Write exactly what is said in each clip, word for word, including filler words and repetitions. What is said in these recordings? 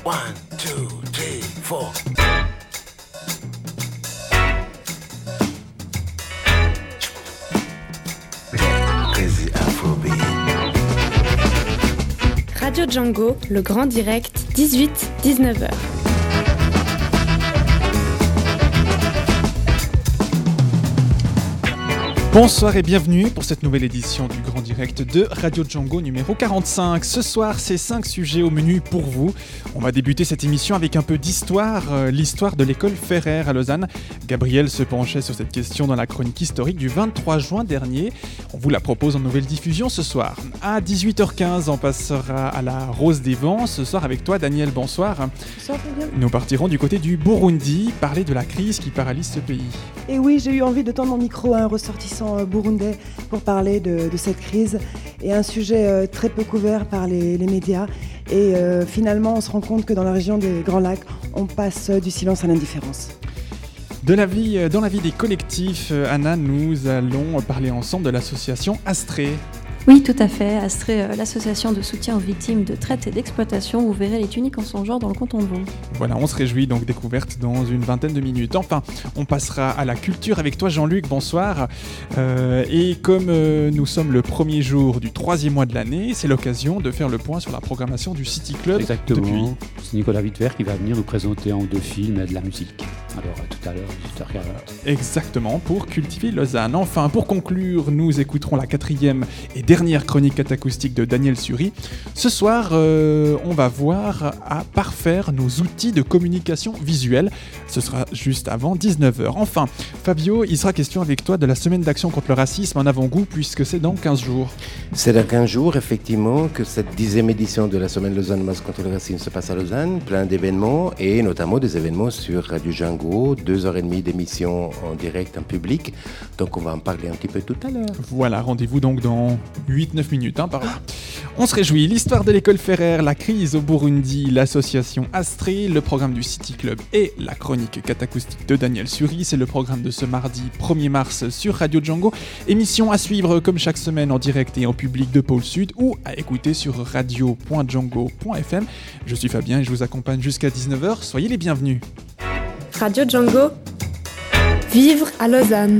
One, two, three, four. Crazy Afrobeat. Radio Django, le grand direct, dix-huit à dix-neuf heures. Bonsoir et bienvenue pour cette nouvelle édition du Grand Direct de Radio Django numéro quarante-cinq. Ce soir, c'est cinq sujets au menu pour vous. On va débuter cette émission avec un peu d'histoire, euh, l'histoire de l'école Ferrer à Lausanne. Gabriel se penchait sur cette question dans la chronique historique du vingt-trois juin dernier. On vous la propose en nouvelle diffusion ce soir. À dix-huit heures quinze, on passera à la Rose des Vents. Ce soir avec toi, Daniel, bonsoir. Bonsoir, Fabien. Nous partirons du côté du Burundi, parler de la crise qui paralyse ce pays. Et oui, j'ai eu envie de tendre mon micro à un ressortissant burundais pour parler de, de cette crise et un sujet euh, très peu couvert par les, les médias et euh, finalement on se rend compte que dans la région des Grands Lacs on passe du silence à l'indifférence. De la vie, dans la vie des collectifs, Anna, nous allons parler ensemble de l'association Astrée. Oui, tout à fait. Astrée, euh, l'association de soutien aux victimes de traite et d'exploitation. Vous verrez, elle est unique en son genre dans le canton de Vaud. Voilà, on se réjouit donc découverte dans une vingtaine de minutes. Enfin, on passera à la culture avec toi, Jean-Luc. Bonsoir. Euh, et comme euh, nous sommes le premier jour du troisième mois de l'année, c'est l'occasion de faire le point sur la programmation du City Club. Exactement. Depuis... C'est Nicolas Wittwer qui va venir nous présenter en deux films et de la musique. Alors, à tout à l'heure, dix-huit heures quarante. Exactement, pour cultiver Lausanne. Enfin, pour conclure, nous écouterons la quatrième et dernière chronique catacoustique de Daniel Sury. Ce soir, euh, on va voir à parfaire nos outils de communication visuelle. Ce sera juste avant dix-neuf heures. Enfin, Fabio, il sera question avec toi de la semaine d'action contre le racisme en avant-goût, puisque c'est dans quinze jours. C'est dans quinze jours, effectivement, que cette dixième édition de la semaine Lausanne Masque contre le racisme se passe à Lausanne. Plein d'événements, et notamment des événements sur Radio Django. Deux heures et demie d'émission en direct, en public. Donc on va en parler un petit peu tout à l'heure. Voilà, rendez-vous donc dans huit à neuf minutes, hein, par là. On se réjouit. L'histoire de l'école Ferrer, la crise au Burundi, l'association Astrée, le programme du City Club et la chronique catacoustique de Daniel Sury. C'est le programme de ce mardi premier mars sur Radio Django. Émission à suivre comme chaque semaine en direct et en public de Pôle Sud ou à écouter sur radio point django point f m. Je suis Fabien et je vous accompagne jusqu'à dix-neuf heures. Soyez les bienvenus. Radio Django, vivre à Lausanne.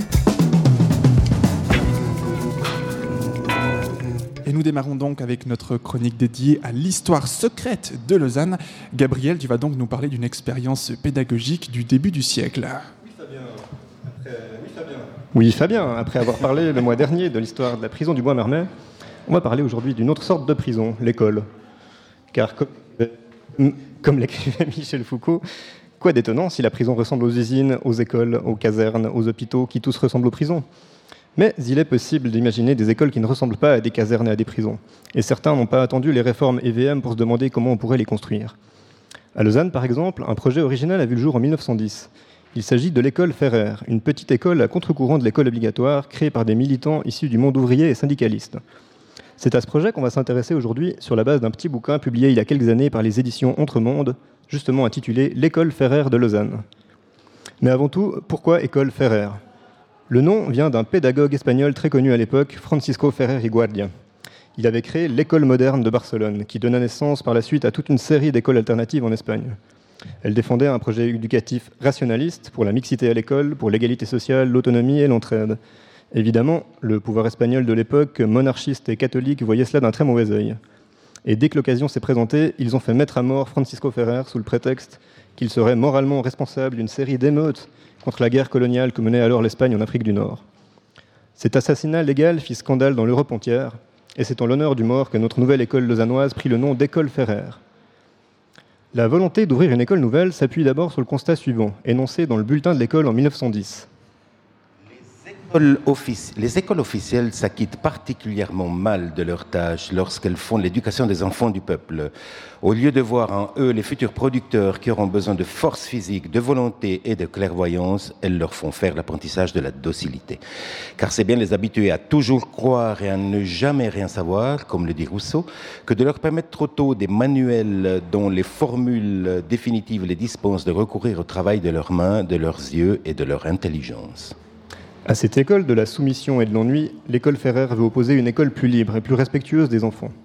Et nous démarrons donc avec notre chronique dédiée à l'histoire secrète de Lausanne. Gabriel, tu vas donc nous parler d'une expérience pédagogique du début du siècle. Oui, Fabien. Après, oui, Fabien. Oui, Fabien. Après avoir parlé le mois dernier de l'histoire de la prison du Bois-Marmais, on va parler aujourd'hui d'une autre sorte de prison, l'école. Car comme, euh, comme l'écrivait Michel Foucault, quoi d'étonnant si la prison ressemble aux usines, aux écoles, aux casernes, aux hôpitaux, qui tous ressemblent aux prisons. Mais il est possible d'imaginer des écoles qui ne ressemblent pas à des casernes et à des prisons. Et certains n'ont pas attendu les réformes E V M pour se demander comment on pourrait les construire. À Lausanne, par exemple, un projet original a vu le jour en mille neuf cent dix. Il s'agit de l'école Ferrer, une petite école à contre-courant de l'école obligatoire, créée par des militants issus du monde ouvrier et syndicaliste. C'est à ce projet qu'on va s'intéresser aujourd'hui sur la base d'un petit bouquin publié il y a quelques années par les éditions Entremonde, justement intitulé « L'école Ferrer de Lausanne ». Mais avant tout, pourquoi école Ferrer ? Le nom vient d'un pédagogue espagnol très connu à l'époque, Francisco Ferrer y Guardia. Il avait créé l'école moderne de Barcelone, qui donna naissance par la suite à toute une série d'écoles alternatives en Espagne. Elle défendait un projet éducatif rationaliste pour la mixité à l'école, pour l'égalité sociale, l'autonomie et l'entraide. Évidemment, le pouvoir espagnol de l'époque, monarchiste et catholique, voyait cela d'un très mauvais œil. Et dès que l'occasion s'est présentée, ils ont fait mettre à mort Francisco Ferrer sous le prétexte qu'il serait moralement responsable d'une série d'émeutes contre la guerre coloniale que menait alors l'Espagne en Afrique du Nord. Cet assassinat légal fit scandale dans l'Europe entière, et c'est en l'honneur du mort que notre nouvelle école lausannoise prit le nom d'école Ferrer. La volonté d'ouvrir une école nouvelle s'appuie d'abord sur le constat suivant, énoncé dans le bulletin de l'école en mille neuf cent dix. Les écoles officielles s'acquittent particulièrement mal de leurs tâches lorsqu'elles font l'éducation des enfants du peuple. Au lieu de voir en eux les futurs producteurs qui auront besoin de force physique, de volonté et de clairvoyance, elles leur font faire l'apprentissage de la docilité. Car c'est bien les habituer à toujours croire et à ne jamais rien savoir, comme le dit Rousseau, que de leur permettre trop tôt des manuels dont les formules définitives les dispensent de recourir au travail de leurs mains, de leurs yeux et de leur intelligence. À cette école de la soumission et de l'ennui, l'école Ferrer veut opposer une école plus libre et plus respectueuse des enfants.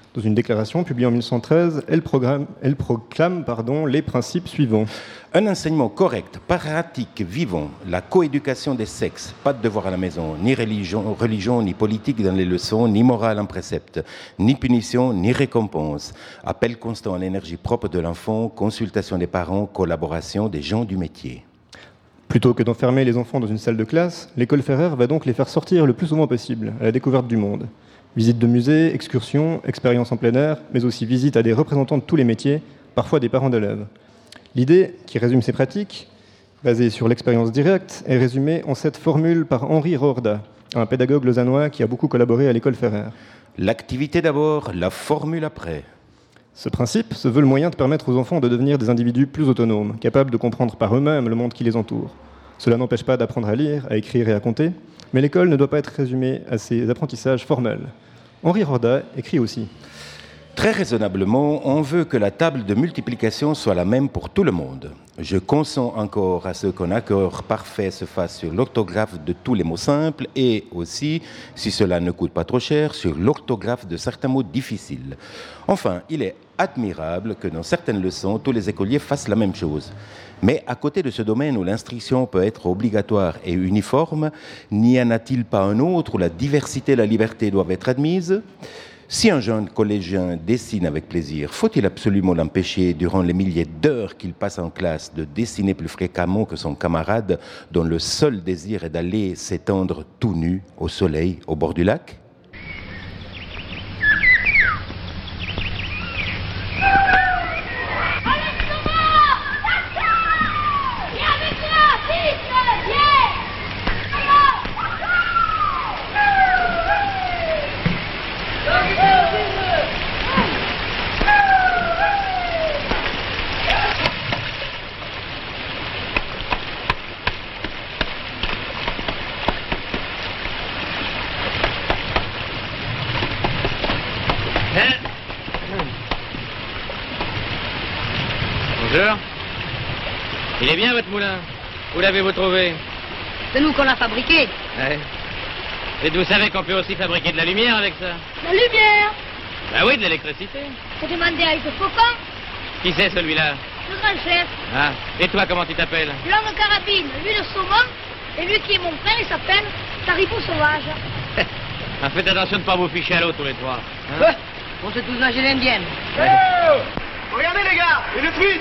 Dans une déclaration publiée en mille neuf cent treize, elle, programme, elle proclame pardon, les principes suivants. Un enseignement correct, pratique, vivant, la coéducation des sexes, pas de devoir à la maison, ni religion, religion, ni politique dans les leçons, ni morale en précepte, ni punition, ni récompense. Appel constant à l'énergie propre de l'enfant, consultation des parents, collaboration des gens du métier. Plutôt que d'enfermer les enfants dans une salle de classe, l'école Ferrer va donc les faire sortir le plus souvent possible, à la découverte du monde. Visites de musées, excursions, expériences en plein air, mais aussi visites à des représentants de tous les métiers, parfois des parents d'élèves. L'idée, qui résume ces pratiques, basée sur l'expérience directe, est résumée en cette formule par Henri Roorda, un pédagogue lausannois qui a beaucoup collaboré à l'école Ferrer. L'activité d'abord, la formule après. Ce principe se veut le moyen de permettre aux enfants de devenir des individus plus autonomes, capables de comprendre par eux-mêmes le monde qui les entoure. Cela n'empêche pas d'apprendre à lire, à écrire et à compter, mais l'école ne doit pas être résumée à ces apprentissages formels. Henri Roorda écrit aussi. Très raisonnablement, on veut que la table de multiplication soit la même pour tout le monde. Je consens encore à ce qu'un accord parfait se fasse sur l'orthographe de tous les mots simples et aussi, si cela ne coûte pas trop cher, sur l'orthographe de certains mots difficiles. Enfin, il est admirable que dans certaines leçons, tous les écoliers fassent la même chose. Mais à côté de ce domaine où l'instruction peut être obligatoire et uniforme, n'y en a-t-il pas un autre où la diversité et la liberté doivent être admises ? Si un jeune collégien dessine avec plaisir, faut-il absolument l'empêcher, durant les milliers d'heures qu'il passe en classe, de dessiner plus fréquemment que son camarade, dont le seul désir est d'aller s'étendre tout nu au soleil au bord du lac ? Bonjour. Il est bien votre moulin. Où l'avez-vous trouvé? C'est nous qu'on l'a fabriqué. Ouais. Et vous savez qu'on peut aussi fabriquer de la lumière avec ça? La lumière? Bah oui, de l'électricité. Faut demander à Ike Faucon. Qui c'est celui-là? Le grand chef. Ah, et toi, comment tu t'appelles? L'homme carabine, lui le saumon, et lui qui est mon frère, il s'appelle Caribou Sauvage. Ah, faites attention de ne pas vous ficher à l'eau tous les trois. Hein? Ouais. On sait tous nager l'indienne. Oh, regardez les gars, une truite.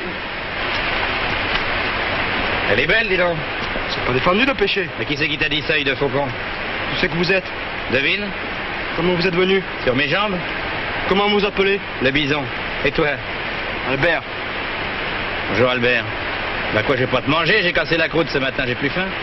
Elle est belle, dis donc. C'est pas défendu de pêcher. Mais qui c'est qui t'a dit ça, Ike Faucon? Qui c'est que vous êtes? Devine. Comment vous êtes venu? Sur mes jambes. Comment vous appelez? Le bison. Et toi? Albert. Bonjour Albert. Bah quoi, je vais pas te manger, j'ai cassé la croûte ce matin, j'ai plus faim.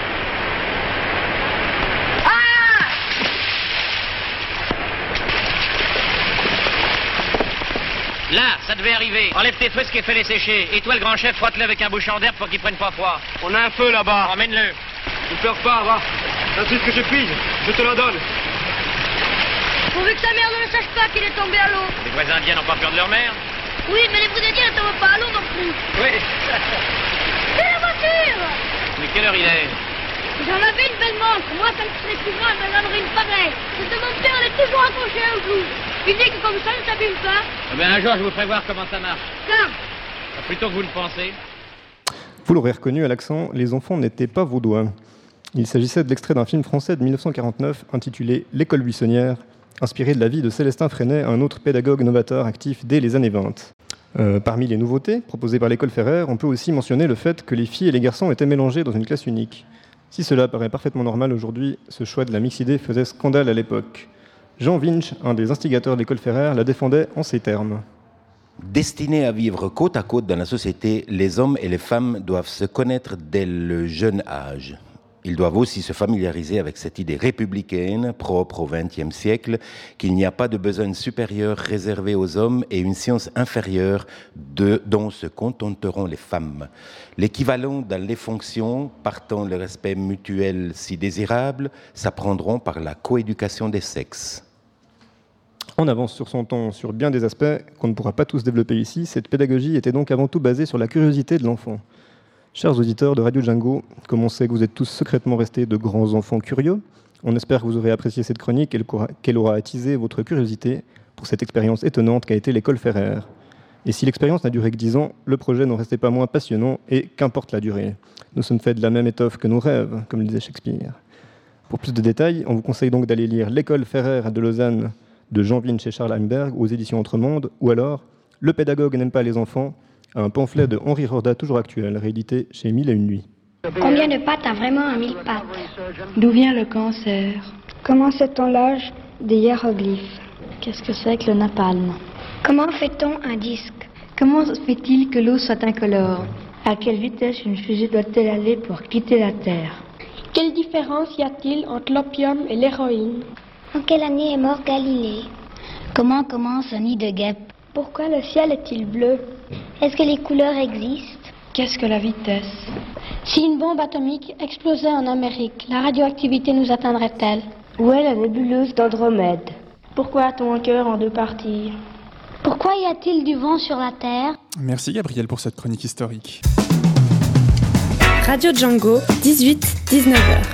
Là, ça devait arriver. Enlève tes frisques et fais-les sécher. Et toi, le grand chef, frotte-le avec un bouchon d'air pour qu'il prenne pas froid. On a un feu là-bas. Emmène-le. Ne pleure pas, va. La truite que j'ai prise, je te la donne. Pourvu que sa mère ne sache pas qu'il est tombé à l'eau. Les voisins indiens n'ont pas peur de leur mère? Oui, mais les vrais indiens ne tombent pas à l'eau non plus. Oui. C'est la voiture. Mais quelle heure il est? J'en avais une belle montre. Moi, ça me serait plus grande, mais j'en aurais une pareille. C'est de mon père, elle est toujours accrochée au clou. Il dit que comme ça, ne s'abîme pas. Eh bien, un jour, je vous ferai voir comment ça marche. Quand? Plutôt que vous le pensez. Vous l'aurez reconnu à l'accent, les enfants n'étaient pas vaudois. Il s'agissait de l'extrait d'un film français de mille neuf cent quarante-neuf intitulé L'école buissonnière, inspiré de la vie de Célestin Freinet, un autre pédagogue novateur actif dès les années vingt. Euh, parmi les nouveautés proposées par l'école Ferrer, on peut aussi mentionner le fait que les filles et les garçons étaient mélangés dans une classe unique. Si cela paraît parfaitement normal aujourd'hui, ce choix de la mixité faisait scandale à l'époque. Jean Winch, un des instigateurs de l'école Ferrer, la défendait en ces termes. Destinés à vivre côte à côte dans la société, les hommes et les femmes doivent se connaître dès le jeune âge. Ils doivent aussi se familiariser avec cette idée républicaine, propre au vingtième siècle, qu'il n'y a pas de besoin supérieur réservé aux hommes et une science inférieure de, dont se contenteront les femmes. L'équivalent dans les fonctions, partant le respect mutuel si désirable, s'apprendront par la coéducation des sexes. En avance sur son temps sur bien des aspects qu'on ne pourra pas tous développer ici, cette pédagogie était donc avant tout basée sur la curiosité de l'enfant. Chers auditeurs de Radio Django, comme on sait que vous êtes tous secrètement restés de grands enfants curieux, on espère que vous aurez apprécié cette chronique et qu'elle aura attisé votre curiosité. pour cette expérience étonnante qu'a été l'école Ferrer. Et si l'expérience n'a duré que dix ans, le projet n'en restait pas moins passionnant et qu'importe la durée. Nous sommes faits de la même étoffe que nos rêves, comme le disait Shakespeare. Pour plus de détails, on vous conseille donc d'aller lire L'école Ferrer de Lausanne de Jean Vine chez Charles Heimberg aux éditions Entremonde, ou alors Le pédagogue n'aime pas les enfants, un pamphlet de Henri Rorda, toujours actuel, réédité chez Mille et une nuits. Combien de pattes a vraiment un mille pattes? D'où vient le cancer? Comment sait-on l'âge des hiéroglyphes? Qu'est-ce que c'est que le napalm? Comment fait-on un disque? Comment se fait-il que l'eau soit incolore? À quelle vitesse une fusée doit-elle aller pour quitter la Terre? Quelle différence y a-t-il entre l'opium et l'héroïne? En quelle année est mort Galilée? Comment commence un nid de guêpe? Pourquoi le ciel est-il bleu? Est-ce que les couleurs existent? Qu'est-ce que la vitesse? Si une bombe atomique explosait en Amérique, la radioactivité nous atteindrait-elle? Où est la nébuleuse d'Andromède? Pourquoi a-t-on un cœur en deux parties? Pourquoi y a-t-il du vent sur la Terre? Merci Gabriel pour cette chronique historique. Radio Django, dix-huit à dix-neuf heures.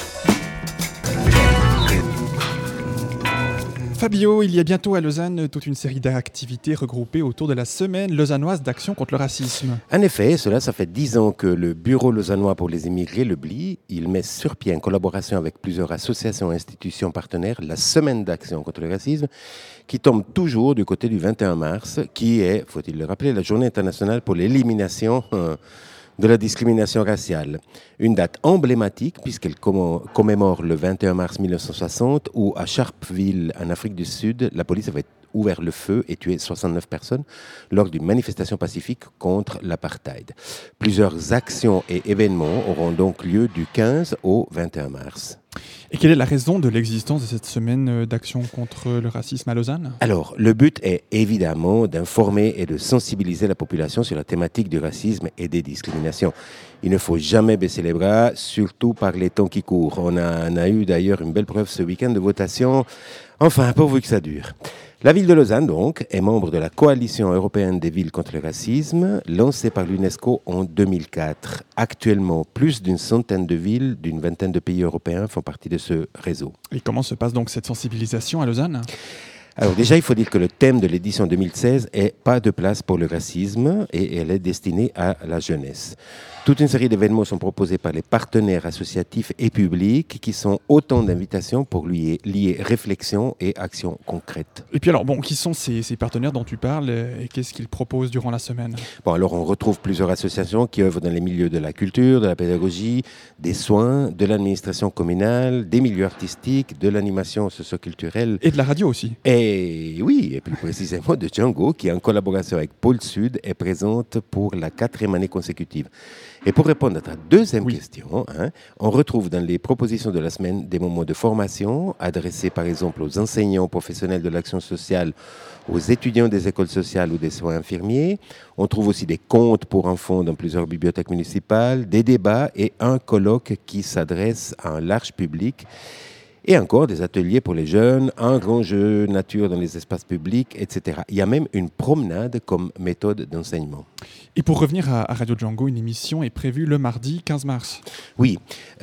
Fabio, il y a bientôt à Lausanne toute une série d'activités regroupées autour de la semaine lausannoise d'action contre le racisme. En effet, cela, ça fait dix ans que le Bureau lausannois pour les immigrés, le B L I, il met sur pied en collaboration avec plusieurs associations et institutions partenaires la semaine d'action contre le racisme qui tombe toujours du côté du vingt et un mars, qui est, faut-il le rappeler, la journée internationale pour l'élimination euh, de la discrimination raciale. Une date emblématique puisqu'elle commémore le vingt et un mars mille neuf cent soixante où à Sharpeville, en Afrique du Sud, la police avait ouvert le feu et tué soixante-neuf personnes lors d'une manifestation pacifique contre l'apartheid. Plusieurs actions et événements auront donc lieu du quinze au vingt et un mars. Et quelle est la raison de l'existence de cette semaine d'action contre le racisme à Lausanne ? Alors, le but est évidemment d'informer et de sensibiliser la population sur la thématique du racisme et des discriminations. Il ne faut jamais baisser les bras, surtout par les temps qui courent. On a, on a eu d'ailleurs une belle preuve ce week-end de votation. Enfin, pourvu que ça dure. La ville de Lausanne, donc, est membre de la Coalition européenne des villes contre le racisme, lancée par l'UNESCO en deux mille quatre. Actuellement, plus d'une centaine de villes d'une vingtaine de pays européens font partie de ce réseau. Et comment se passe donc cette sensibilisation à Lausanne ? Alors déjà, il faut dire que le thème de l'édition deux mille seize est « Pas de place pour le racisme » et elle est destinée à la jeunesse. Toute une série d'événements sont proposés par les partenaires associatifs et publics qui sont autant d'invitations pour lier, lier réflexion et action concrète. Et puis alors, bon, qui sont ces, ces partenaires dont tu parles et qu'est-ce qu'ils proposent durant la semaine ? Bon, alors on retrouve plusieurs associations qui œuvrent dans les milieux de la culture, de la pédagogie, des soins, de l'administration communale, des milieux artistiques, de l'animation socio-culturelle. Et de la radio aussi. Et oui, et plus précisément de Django qui, en collaboration avec Pôle Sud, est présente pour la quatrième année consécutive. Et pour répondre à ta deuxième oui. question, hein, on retrouve dans les propositions de la semaine des moments de formation adressés par exemple aux enseignants professionnels de l'action sociale, aux étudiants des écoles sociales ou des soins infirmiers. On trouve aussi des contes pour enfants dans plusieurs bibliothèques municipales, des débats et un colloque qui s'adresse à un large public. Et encore des ateliers pour les jeunes, un grand jeu nature dans les espaces publics, et cetera. Il y a même une promenade comme méthode d'enseignement. Et pour revenir à Radio Django, une émission est prévue le mardi quinze mars. Oui,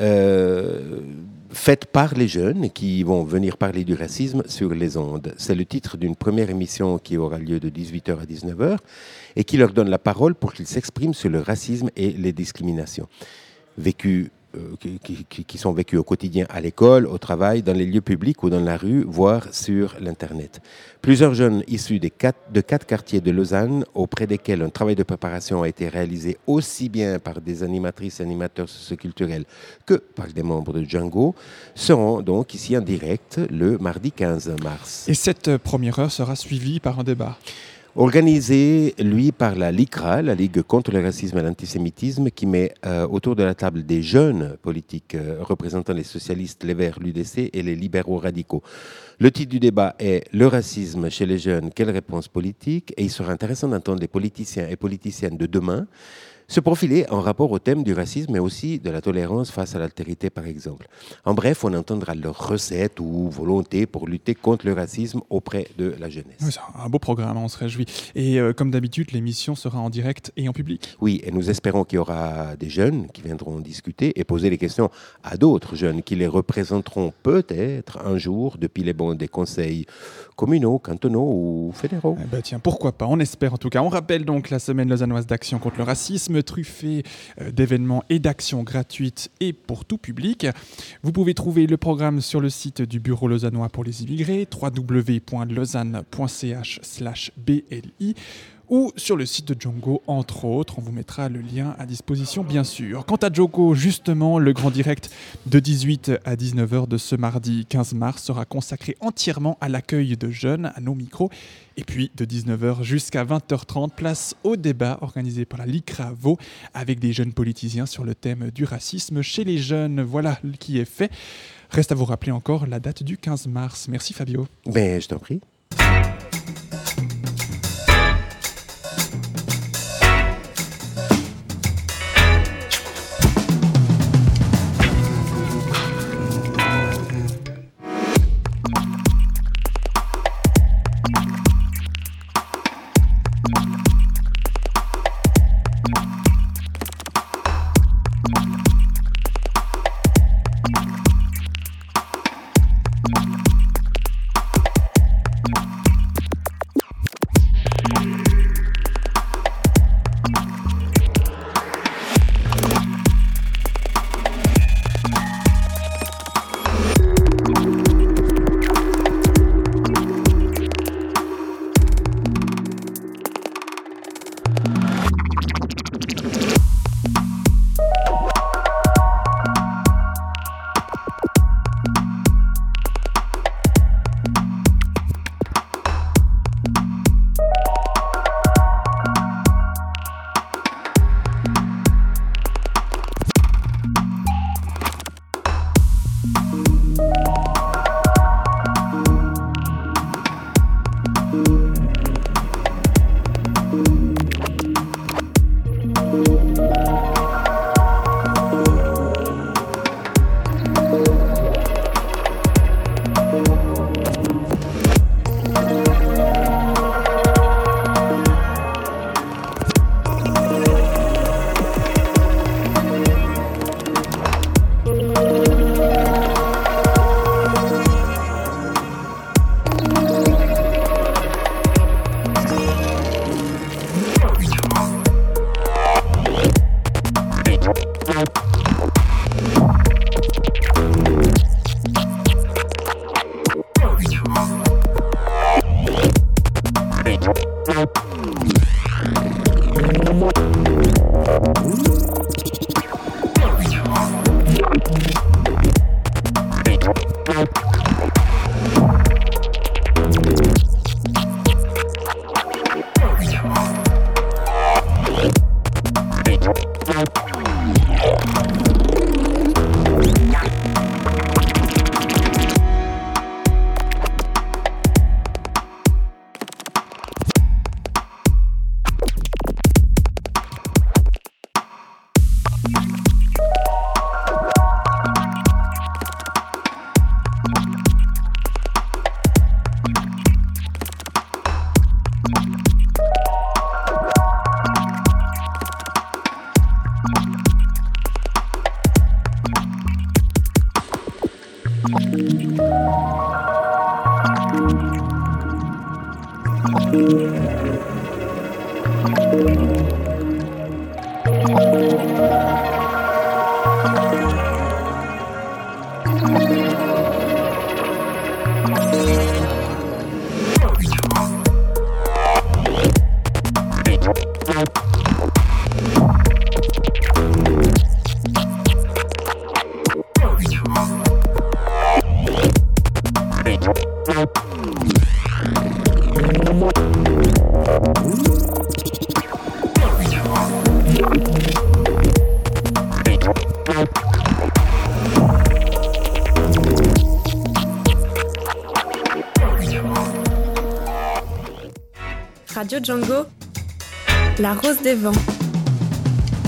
euh, faite par les jeunes qui vont venir parler du racisme sur les ondes. C'est le titre d'une première émission qui aura lieu de dix-huit heures à dix-neuf heures et qui leur donne la parole pour qu'ils s'expriment sur le racisme et les discriminations vécues. Euh, qui, qui, qui sont vécus au quotidien à l'école, au travail, dans les lieux publics ou dans la rue, voire sur l'Internet. Plusieurs jeunes issus des quatre, de quatre quartiers de Lausanne, auprès desquels un travail de préparation a été réalisé aussi bien par des animatrices et animateurs socioculturels que par des membres de Django, seront donc ici en direct le mardi quinze mars. Et cette première heure sera suivie par un débat. Organisé, lui, par la LICRA, la Ligue contre le racisme et l'antisémitisme, qui met euh, autour de la table des jeunes politiques euh, représentant les socialistes, les Verts, l'U D C et les libéraux radicaux. Le titre du débat est « Le racisme chez les jeunes, quelle réponse politique ?» Et il sera intéressant d'entendre les politiciens et politiciennes de demain se profiler en rapport au thème du racisme, mais aussi de la tolérance face à l'altérité, par exemple. En bref, on entendra leurs recettes ou volontés pour lutter contre le racisme auprès de la jeunesse. Oui, c'est un beau programme, on se réjouit. Et euh, comme d'habitude, l'émission sera en direct et en public. Oui, et nous espérons qu'il y aura des jeunes qui viendront discuter et poser les questions à d'autres jeunes qui les représenteront peut-être un jour depuis les bancs des conseils communaux, cantonaux ou fédéraux. Eh ben tiens, pourquoi pas, on espère en tout cas. On rappelle donc la semaine lausannoise d'action contre le racisme, truffée euh, d'événements et d'actions gratuites et pour tout public. Vous pouvez trouver le programme sur le site du Bureau lausannois pour les immigrés, w w w point lausanne point c h slash b l i, ou sur le site de Django, entre autres. On vous mettra le lien à disposition, bien sûr. Quant à Django, justement, le grand direct de dix-huit à dix-neuf heures de ce mardi quinze mars sera consacré entièrement à l'accueil de jeunes, à nos micros. Et puis, de dix-neuf heures jusqu'à vingt heures trente, place au débat organisé par la LICRAVO avec des jeunes politiciens sur le thème du racisme chez les jeunes. Voilà qui est fait. Reste à vous rappeler encore la date du quinze mars. Merci Fabio. Ben, je t'en prie. Radio Django, la rose des vents.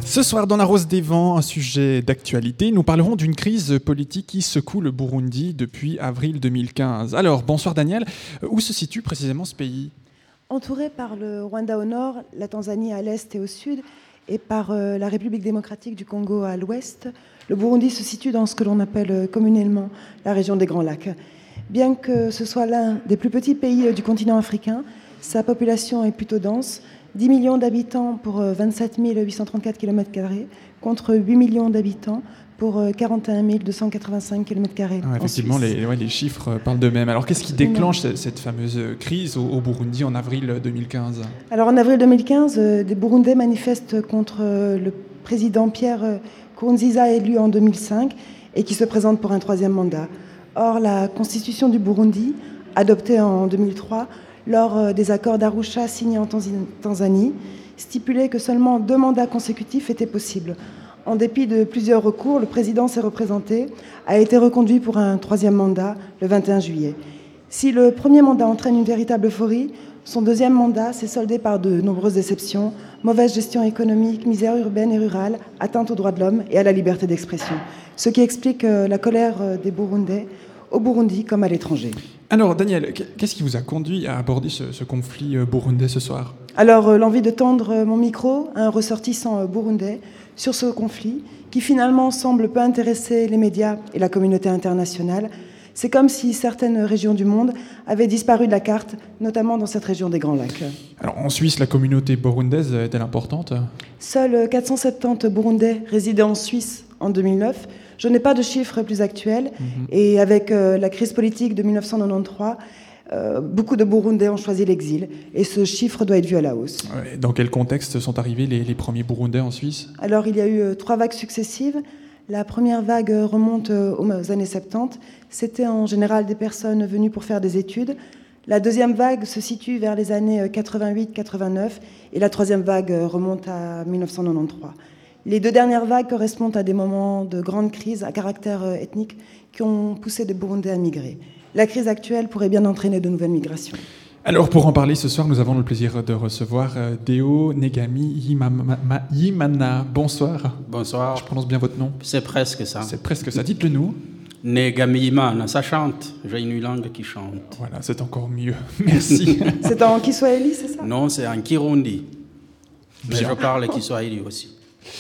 Ce soir, dans La Rose des Vents, un sujet d'actualité, nous parlerons d'une crise politique qui secoue le Burundi depuis avril deux mille quinze. Alors, bonsoir Daniel, où se situe précisément ce pays ? Entouré par le Rwanda au nord, la Tanzanie à l'est et au sud, et par euh, la République démocratique du Congo à l'ouest, le Burundi se situe dans ce que l'on appelle communément la région des Grands Lacs. Bien que ce soit l'un des plus petits pays du continent africain, sa population est plutôt dense, dix millions d'habitants pour vingt-sept mille huit cent trente-quatre kilomètres carrés, contre huit millions d'habitants pour quarante et un mille deux cent quatre-vingt-cinq kilomètres carrés. Ah, effectivement, les, ouais, les chiffres parlent d'eux-mêmes. Alors, qu'est-ce qui déclenche cette, cette fameuse crise au, au Burundi en avril deux mille quinze ? Alors, en avril deux mille quinze, des Burundais manifestent contre le président Pierre Nkurunziza, élu en deux mille cinq, et qui se présente pour un troisième mandat. Or, la constitution du Burundi, adoptée en deux mille trois, lors des accords d'Arusha signés en Tanzanie, stipulait que seulement deux mandats consécutifs étaient possibles. En dépit de plusieurs recours, le président s'est représenté, a été reconduit pour un troisième mandat le vingt et un juillet. Si le premier mandat entraîne une véritable euphorie, son deuxième mandat s'est soldé par de nombreuses déceptions, mauvaise gestion économique, misère urbaine et rurale, atteinte aux droits de l'homme et à la liberté d'expression. Ce qui explique la colère des Burundais au Burundi comme à l'étranger. Alors Daniel, qu'est-ce qui vous a conduit à aborder ce, ce conflit burundais ce soir ? Alors l'envie de tendre mon micro à un ressortissant burundais sur ce conflit qui finalement semble peu intéresser les médias et la communauté internationale. C'est comme si certaines régions du monde avaient disparu de la carte, notamment dans cette région des Grands Lacs. Alors en Suisse, la communauté burundaise est-elle importante ? Seuls quatre cent soixante-dix Burundais résidaient en Suisse en deux mille neuf. Je n'ai pas de chiffres plus actuels. Mmh. Et avec euh, la crise politique de mille neuf cent quatre-vingt-treize, euh, beaucoup de Burundais ont choisi l'exil. Et ce chiffre doit être vu à la hausse. Ouais, dans quel contexte sont arrivés les, les premiers Burundais en Suisse ? Alors, il y a eu euh, trois vagues successives. La première vague remonte euh, aux années soixante-dix. C'était en général des personnes venues pour faire des études. La deuxième vague se situe vers les années quatre-vingt-huit quatre-vingt-neuf. Et la troisième vague remonte à mille neuf cent quatre-vingt-treize. Les deux dernières vagues correspondent à des moments de grande crise à caractère ethnique qui ont poussé des Burundais à migrer. La crise actuelle pourrait bien entraîner de nouvelles migrations. Alors pour en parler ce soir, nous avons le plaisir de recevoir Deo Negami Yimama, Yimana. Bonsoir. Bonsoir. Je prononce bien votre nom ? C'est presque ça. C'est presque ça. Dites-le nous. Negami Yimana, ça chante. J'ai une langue qui chante. Voilà, c'est encore mieux. Merci. C'est en Kiswahili, c'est ça ? Non, c'est en Kirundi. Mais bien. Je parle Kiswahili aussi.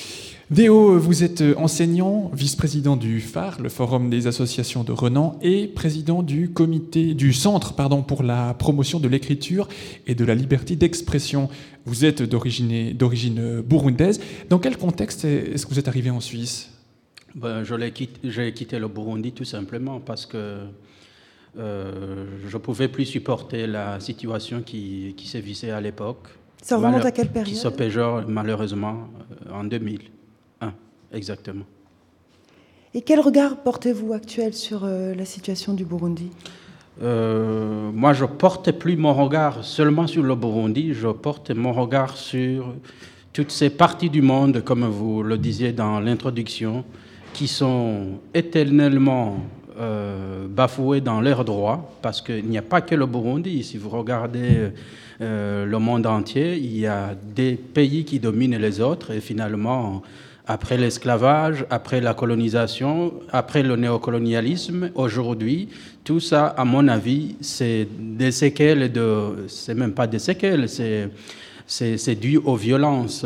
Deo, vous êtes enseignant, vice-président du F A R, le Forum des associations de Renan, et président du comité, du Centre pardon, pour la promotion de l'écriture et de la liberté d'expression. Vous êtes d'origine, d'origine burundaise. Dans quel contexte est-ce que vous êtes arrivé en Suisse ? Ben, je l'ai quitté, j'ai quitté le Burundi tout simplement parce que euh, je ne pouvais plus supporter la situation qui, qui sévissait à l'époque. Ça remonte Malheur, à quelle période ? Qui se péjore malheureusement en deux mille. Exactement. Et quel regard portez-vous actuel sur euh, la situation du Burundi ? euh, Moi, je ne porte plus mon regard seulement sur le Burundi, je porte mon regard sur toutes ces parties du monde, comme vous le disiez dans l'introduction, qui sont éternellement euh, bafouées dans leurs droits, parce qu'il n'y a pas que le Burundi. Si vous regardez euh, le monde entier, il y a des pays qui dominent les autres, et finalement... Après l'esclavage, après la colonisation, après le néocolonialisme, aujourd'hui, tout ça, à mon avis, c'est des séquelles de... C'est même pas des séquelles, c'est, c'est, c'est dû aux violences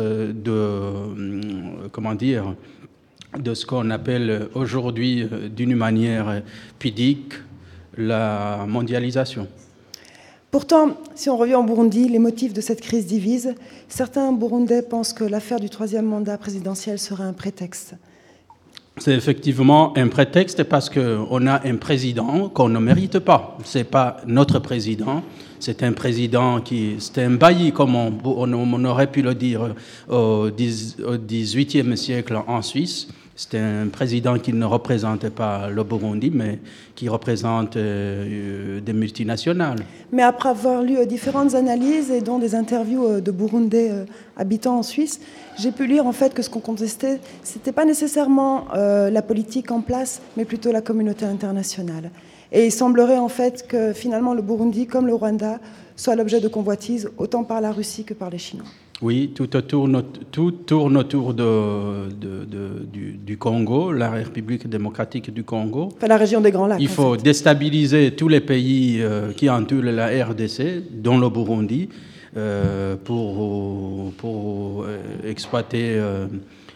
de... Comment dire ? De ce qu'on appelle aujourd'hui, d'une manière pudique, la mondialisation. Pourtant, si on revient au Burundi, les motifs de cette crise divisent. Certains Burundais pensent que l'affaire du troisième mandat présidentiel serait un prétexte. C'est effectivement un prétexte parce qu'on a un président qu'on ne mérite pas. Ce n'est pas notre président, c'est un président qui... C'est un bailli, comme on, on, on aurait pu le dire au dix-huitième siècle en Suisse. C'est un président qui ne représente pas le Burundi, mais qui représente euh, des multinationales. Mais après avoir lu différentes analyses et dont des interviews de Burundais euh, habitant en Suisse, j'ai pu lire en fait que ce qu'on contestait, c'était pas nécessairement euh, la politique en place, mais plutôt la communauté internationale. Et il semblerait en fait que finalement le Burundi, comme le Rwanda, soit l'objet de convoitises autant par la Russie que par les Chinois. Oui, tout, autour, tout tourne autour de, de, de, du, du Congo, la République démocratique du Congo. Enfin, la région des Grands Lacs. Il faut déstabiliser tous les pays euh, qui entourent la R D C, dont le Burundi, euh, pour, pour euh, exploiter euh,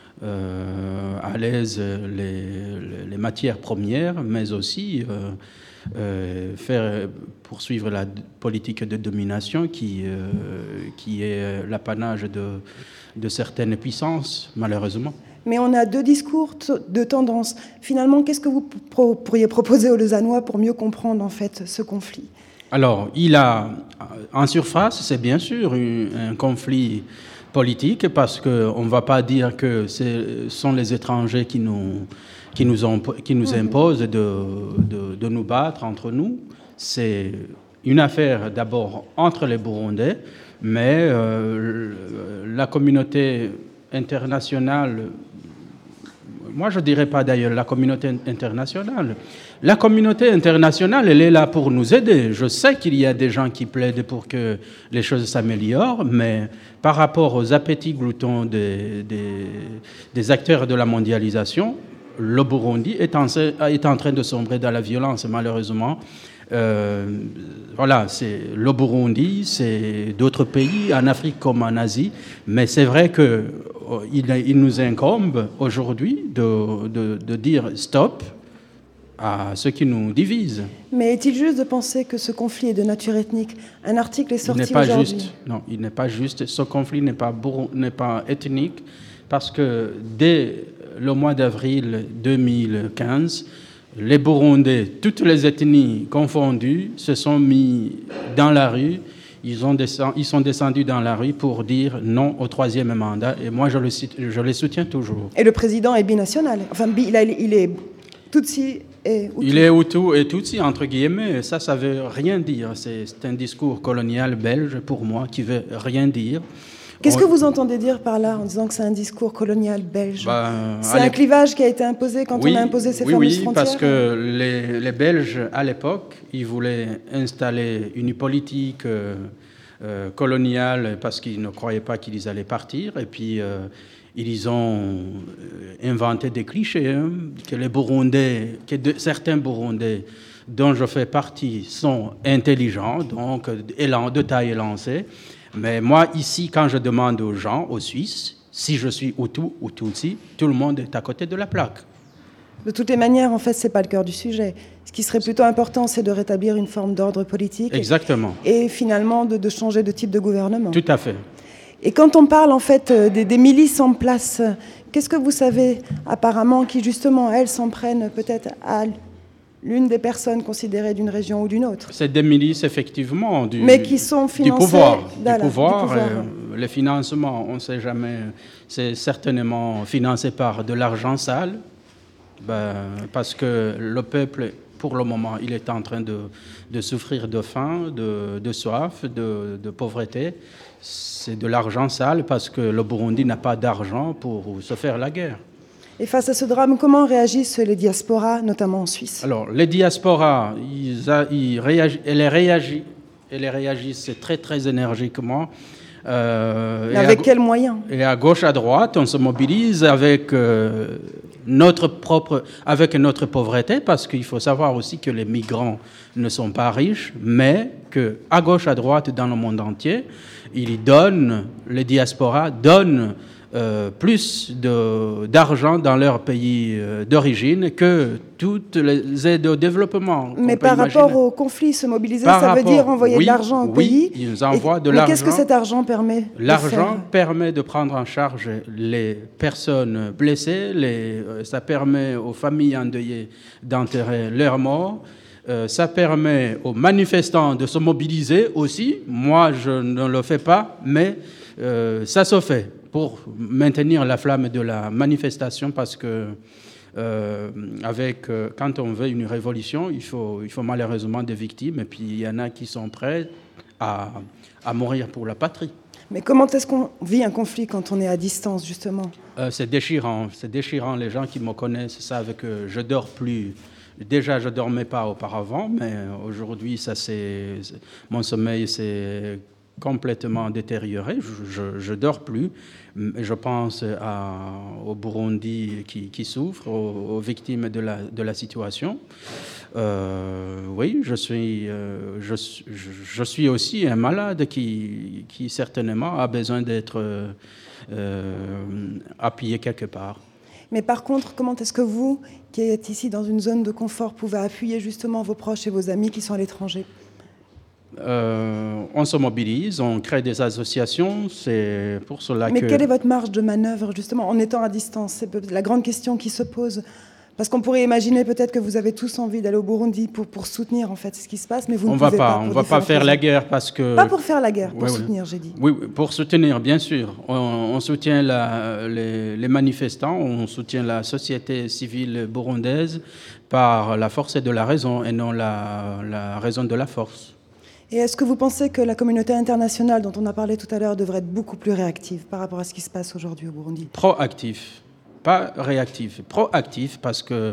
euh, à l'aise les, les matières premières, mais aussi euh, euh, faire poursuivre la politique de domination qui, euh, qui est l'apanage de, de certaines puissances, malheureusement. Mais on a deux discours de tendance. Finalement, qu'est-ce que vous pro- pourriez proposer aux Lausannois pour mieux comprendre en fait ce conflit ? Alors, il a, en surface, c'est bien sûr un, un conflit politique, parce qu'on ne va pas dire que ce sont les étrangers qui nous, qui nous, ont, qui nous imposent de, de, de nous battre entre nous. C'est une affaire d'abord entre les Burundais, mais euh, la communauté internationale, moi je ne dirais pas d'ailleurs la communauté internationale, la communauté internationale, elle est là pour nous aider. Je sais qu'il y a des gens qui plaident pour que les choses s'améliorent, mais par rapport aux appétits gloutons des, des, des acteurs de la mondialisation, le Burundi est en, est en train de sombrer dans la violence, malheureusement. Euh, voilà, c'est le Burundi, c'est d'autres pays, en Afrique comme en Asie, mais c'est vrai qu'il il nous incombe aujourd'hui de, de, de dire stop à ce qui nous divise. Mais est-il juste de penser que ce conflit est de nature ethnique ? Un article est sorti il n'est pas aujourd'hui. Juste, non, il n'est pas juste. Ce conflit n'est pas, n'est pas ethnique, parce que dès le mois d'avril deux mille quinze, les Burundais, toutes les ethnies confondues, se sont mis dans la rue. Ils, ont descend, ils sont descendus dans la rue pour dire non au troisième mandat. Et moi, je, le, je les soutiens toujours. Et le président est binational. Enfin, il, a, il est Tutsi et Hutu. Il est Hutu et Tutsi, entre guillemets. Ça, ça ne veut rien dire. C'est, c'est un discours colonial belge, pour moi, qui ne veut rien dire. Qu'est-ce que vous entendez dire par là, en disant que c'est un discours colonial belge ? bah, C'est allez... un clivage qui a été imposé quand oui, on a imposé ces oui, fameuses oui, frontières ? Oui, parce que les, les Belges, à l'époque, ils voulaient installer une politique euh, euh, coloniale parce qu'ils ne croyaient pas qu'ils allaient partir. Et puis, euh, ils ont inventé des clichés, hein, que les Burundais, que de, certains Burundais dont je fais partie sont intelligents, donc élan, de taille élancée. Mais moi, ici, quand je demande aux gens, aux Suisses, si je suis Hutu ou Tutsi, tout le monde est à côté de la plaque. De toutes les manières, en fait, ce n'est pas le cœur du sujet. Ce qui serait plutôt important, c'est de rétablir une forme d'ordre politique. Exactement. Et, et finalement, de, de changer de type de gouvernement. Tout à fait. Et quand on parle, en fait, des, des milices en place, qu'est-ce que vous savez, apparemment, qui, justement, elles, s'en prennent peut-être à l'une des personnes considérées d'une région ou d'une autre. C'est des milices, effectivement, du, mais qui sont financées, du pouvoir. Voilà, du pouvoir, du pouvoir. Euh, les financements, on ne sait jamais, c'est certainement financé par de l'argent sale, ben, parce que le peuple, pour le moment, il est en train de, de souffrir de faim, de, de soif, de, de pauvreté. C'est de l'argent sale parce que le Burundi n'a pas d'argent pour se faire la guerre. Et face à ce drame, comment réagissent les diasporas, notamment en Suisse ? Alors, les diasporas, ils, a, ils, réagi, elles, réagissent, elles réagissent très, très énergiquement. Euh, avec quels moyens ? Et à gauche, à droite, on se mobilise avec, euh, notre, propre, avec notre pauvreté, parce qu'il faut savoir aussi que les migrants ne sont pas riches, mais qu'à gauche, à droite, dans le monde entier, ils donnent, les diasporas donnent Euh, plus de, d'argent dans leur pays euh, d'origine que toutes les aides au développement. Mais par imaginer. rapport au conflit, se mobiliser, par ça rapport, veut dire envoyer oui, de l'argent au oui, pays. Ils envoient Et, de mais l'argent. qu'est-ce que cet argent permet L'argent de faire permet de prendre en charge les personnes blessées, les, euh, ça permet aux familles endeuillées d'enterrer leurs morts. Euh, ça permet aux manifestants de se mobiliser aussi. Moi, je ne le fais pas, mais euh, ça se fait pour maintenir la flamme de la manifestation, parce que euh, avec, euh, quand on veut une révolution, il faut, il faut malheureusement des victimes, et puis il y en a qui sont prêts à, à mourir pour la patrie. Mais comment est-ce qu'on vit un conflit quand on est à distance, justement ? euh, C'est déchirant, c'est déchirant. Les gens qui me connaissent savent que je dors plus. Déjà, je ne dormais pas auparavant, mais aujourd'hui, ça, c'est, mon sommeil s'est complètement détérioré. Je ne dors plus. Je pense à, au Burundi qui, qui souffre, aux, aux victimes de la, de la situation. Euh, oui, je suis, euh, je, je, je suis aussi un malade qui, qui certainement a besoin d'être euh, appuyé quelque part. Mais par contre, comment est-ce que vous, qui êtes ici dans une zone de confort, pouvez appuyer justement vos proches et vos amis qui sont à l'étranger ? Euh, on se mobilise, on crée des associations, c'est pour cela Mais que... Mais quelle est votre marge de manœuvre, justement, en étant à distance ? C'est la grande question qui se pose. Parce qu'on pourrait imaginer peut-être que vous avez tous envie d'aller au Burundi pour, pour soutenir en fait ce qui se passe, mais vous on ne va pouvez pas, pas. On ne va pas faire la guerre parce que... Pas pour faire la guerre, pour oui, soutenir, oui. j'ai dit. Oui, pour soutenir, bien sûr. On, on soutient la, les, les manifestants, on soutient la société civile burundaise par la force de la raison et non la, la raison de la force. Et est-ce que vous pensez que la communauté internationale dont on a parlé tout à l'heure devrait être beaucoup plus réactive par rapport à ce qui se passe aujourd'hui au Burundi ? Proactif, pas réactif, proactif parce que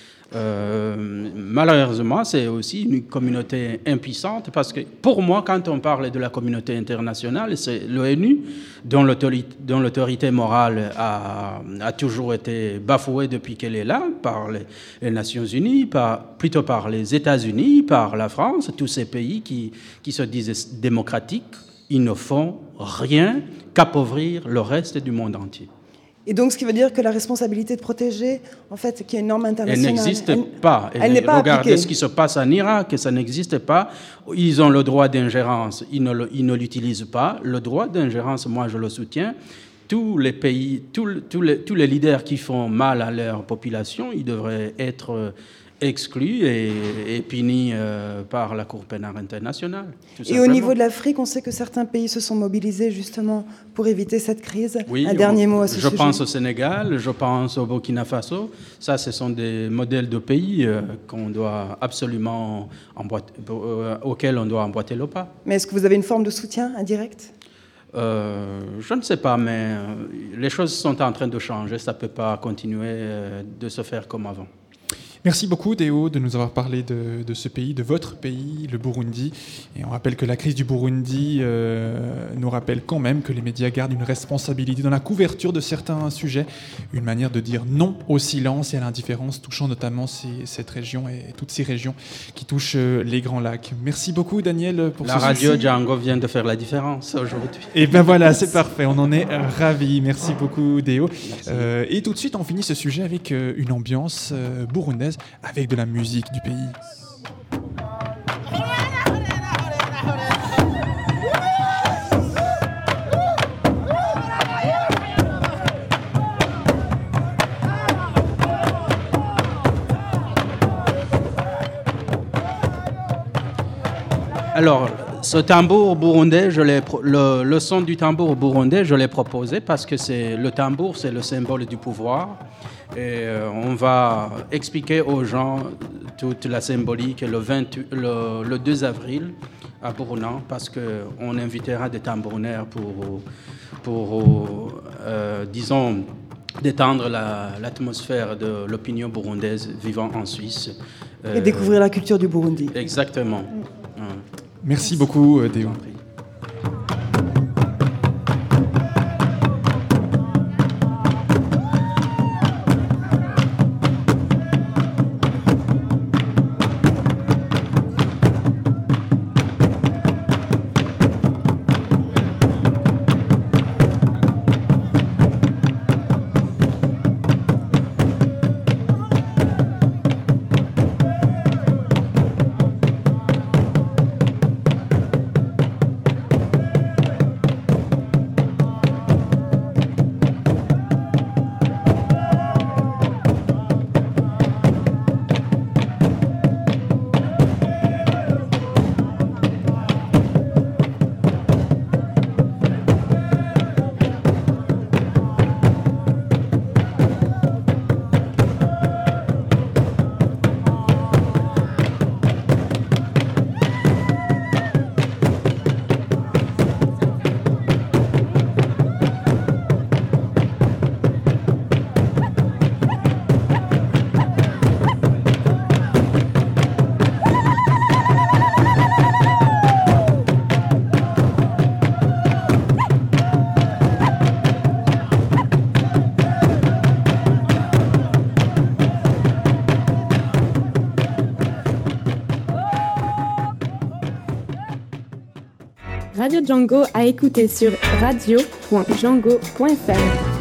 euh, malheureusement c'est aussi une communauté impuissante parce que pour moi quand on parle de la communauté internationale c'est l'ONU dont l'autorité, dont l'autorité morale a, a toujours été bafouée depuis qu'elle est là par les, les Nations Unies, par, plutôt par les États-Unis, par la France, tous ces pays qui, qui se disent démocratiques, ils ne font rien qu'appauvrir le reste du monde entier. Et donc, ce qui veut dire que la responsabilité de protéger, en fait, qu'il y a une norme internationale... Elle n'existe elle, pas. Elle, elle n'est pas Regardez appliquée. Ce qui se passe en Irak, ça n'existe pas. Ils ont le droit d'ingérence, ils ne, ils ne l'utilisent pas. Le droit d'ingérence, moi, je le soutiens. Tous les pays, tous, tous, les, tous les leaders qui font mal à leur population, ils devraient être exclus et, et punis euh, par la Cour pénale internationale. Et au niveau de l'Afrique, on sait que certains pays se sont mobilisés justement pour éviter cette crise. Oui, un dernier mot à ce je sujet. Je pense au Sénégal, je pense au Burkina Faso. Ça, ce sont des modèles de pays euh, qu'on doit absolument emboîter, euh, auxquels on doit emboîter le pas. Mais est-ce que vous avez une forme de soutien indirect ? Euh, je ne sais pas, mais euh, les choses sont en train de changer. Ça ne peut pas continuer euh, de se faire comme avant. Merci beaucoup, Déo, de nous avoir parlé de, de ce pays, de votre pays, le Burundi. Et on rappelle que la crise du Burundi euh, nous rappelle quand même que les médias gardent une responsabilité dans la couverture de certains sujets, une manière de dire non au silence et à l'indifférence, touchant notamment ces, cette région et toutes ces régions qui touchent les Grands Lacs. Merci beaucoup, Daniel, pour la ce La radio souci. Django vient de faire la différence aujourd'hui. Et bien voilà, c'est parfait, on en est ravis. Merci beaucoup, Déo. Euh, et tout de suite, on finit ce sujet avec euh, une ambiance euh, burundaise, avec de la musique du pays. Alors, ce tambour burundais, je l'ai, le, le son du tambour burundais, je l'ai proposé parce que c'est, le tambour, c'est le symbole du pouvoir. Et euh, on va expliquer aux gens toute la symbolique le, vingt, le, le deux avril à Bournan parce qu'on invitera des tambourinaires pour, pour euh, disons, détendre la, l'atmosphère de l'opinion burundaise vivant en Suisse. Et euh, découvrir la culture du Burundi. Exactement. Merci beaucoup, Déo. Django à écouter sur radio point django point f m.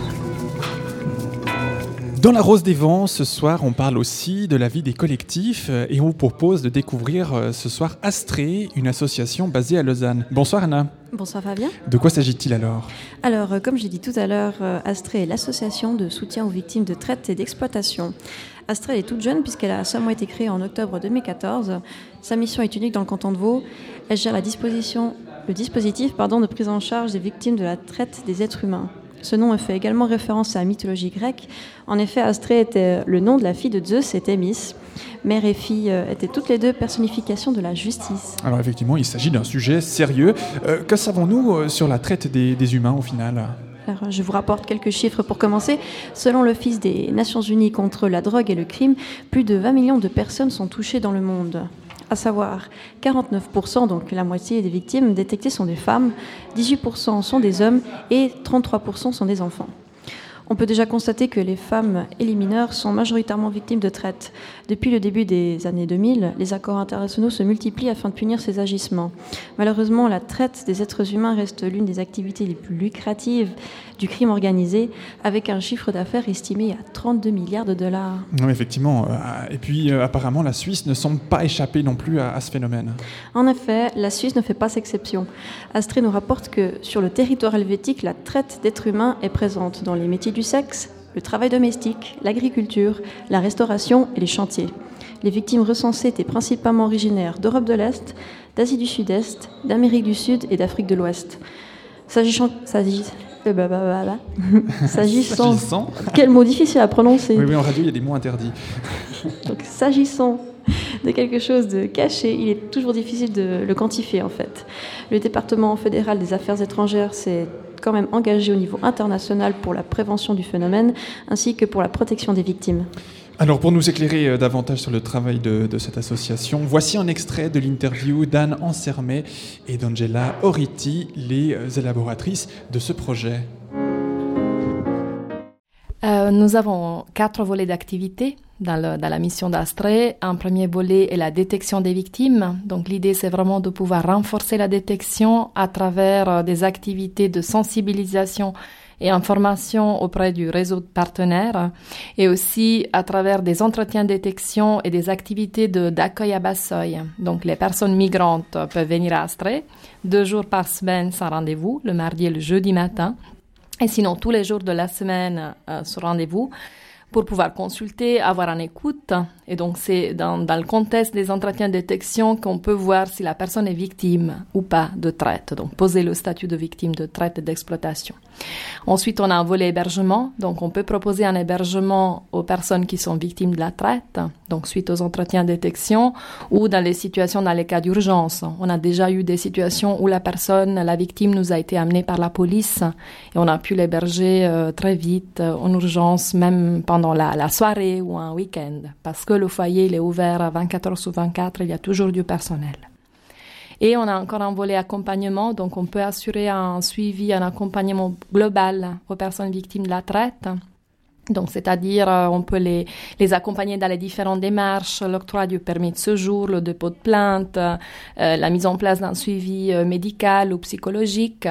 Dans La Rose des Vents, ce soir, on parle aussi de la vie des collectifs et on vous propose de découvrir ce soir Astrée, une association basée à Lausanne. Bonsoir Anna. Bonsoir Fabien. De quoi s'agit-il alors ? Alors, comme j'ai dit tout à l'heure, Astrée est l'association de soutien aux victimes de traite et d'exploitation. Astrée est toute jeune puisqu'elle a seulement été créée en octobre deux mille quatorze. Sa mission est unique dans le canton de Vaud. Elle gère la disposition, le dispositif pardon, de prise en charge des victimes de la traite des êtres humains. Ce nom fait également référence à la mythologie grecque. En effet, Astrée était le nom de la fille de Zeus et Thémis. Mère et fille étaient toutes les deux personnifications de la justice. Alors effectivement, il s'agit d'un sujet sérieux. Euh, que savons-nous sur la traite des, des humains au final ? Alors, je vous rapporte quelques chiffres pour commencer. Selon l'Office des Nations Unies contre la drogue et le crime, plus de vingt millions de personnes sont touchées dans le monde. À savoir, quarante-neuf pour cent, donc la moitié des victimes détectées sont des femmes, dix-huit pour cent sont des hommes et trente-trois pour cent sont des enfants. On peut déjà constater que les femmes et les mineurs sont majoritairement victimes de traite. Depuis le début des années deux mille, les accords internationaux se multiplient afin de punir ces agissements. Malheureusement, la traite des êtres humains reste l'une des activités les plus lucratives du crime organisé, avec un chiffre d'affaires estimé à trente-deux milliards de dollars. Non, effectivement. Et puis, euh, apparemment, la Suisse ne semble pas échapper non plus à, à ce phénomène. En effet, la Suisse ne fait pas exception. Astrée nous rapporte que sur le territoire helvétique, la traite d'êtres humains est présente dans les métiers du sexe, le travail domestique, l'agriculture, la restauration et les chantiers. Les victimes recensées étaient principalement originaires d'Europe de l'Est, d'Asie du Sud-Est, d'Amérique du Sud et d'Afrique de l'Ouest. S'agissant... S'agissant... S'agissant... S'agissant... Quel mot difficile à prononcer. Oui, oui, en radio, il y a des mots interdits. Donc, s'agissant de quelque chose de caché, il est toujours difficile de le quantifier, en fait. Le département fédéral des affaires étrangères s'est quand même engagé au niveau international pour la prévention du phénomène, ainsi que pour la protection des victimes. Alors, pour nous éclairer davantage sur le travail de, de cette association, voici un extrait de l'interview d'Anne Ansermet et d'Angela Oriti, les élaboratrices de ce projet. Euh, nous avons quatre volets d'activité dans, le, dans la mission d'Astrée. Un premier volet est la détection des victimes. Donc l'idée, c'est vraiment de pouvoir renforcer la détection à travers des activités de sensibilisation et information auprès du réseau de partenaires, et aussi à travers des entretiens de détection et des activités de, d'accueil à bas seuil. Donc les personnes migrantes peuvent venir à Astrée deux jours par semaine sans rendez-vous, le mardi et le jeudi matin, et sinon tous les jours de la semaine euh, sur rendez-vous, pour pouvoir consulter, avoir une écoute. Et donc, c'est dans, dans le contexte des entretiens de détection qu'on peut voir si la personne est victime ou pas de traite. Donc, poser le statut de victime de traite et d'exploitation. Ensuite, on a un volet hébergement. Donc, on peut proposer un hébergement aux personnes qui sont victimes de la traite, donc suite aux entretiens de détection, ou dans les situations, dans les cas d'urgence. On a déjà eu des situations où la personne, la victime, nous a été amenée par la police et on a pu l'héberger euh, très vite, euh, en urgence, même pendant dans la, la soirée ou un week-end, parce que le foyer il est ouvert à vingt-quatre heures sur vingt-quatre, il y a toujours du personnel. Et on a encore un volet accompagnement, donc on peut assurer un suivi, un accompagnement global aux personnes victimes de la traite. Donc, c'est-à-dire, euh, on peut les, les accompagner dans les différentes démarches, l'octroi du permis de séjour, le dépôt de plainte, euh, la mise en place d'un suivi euh, médical ou psychologique,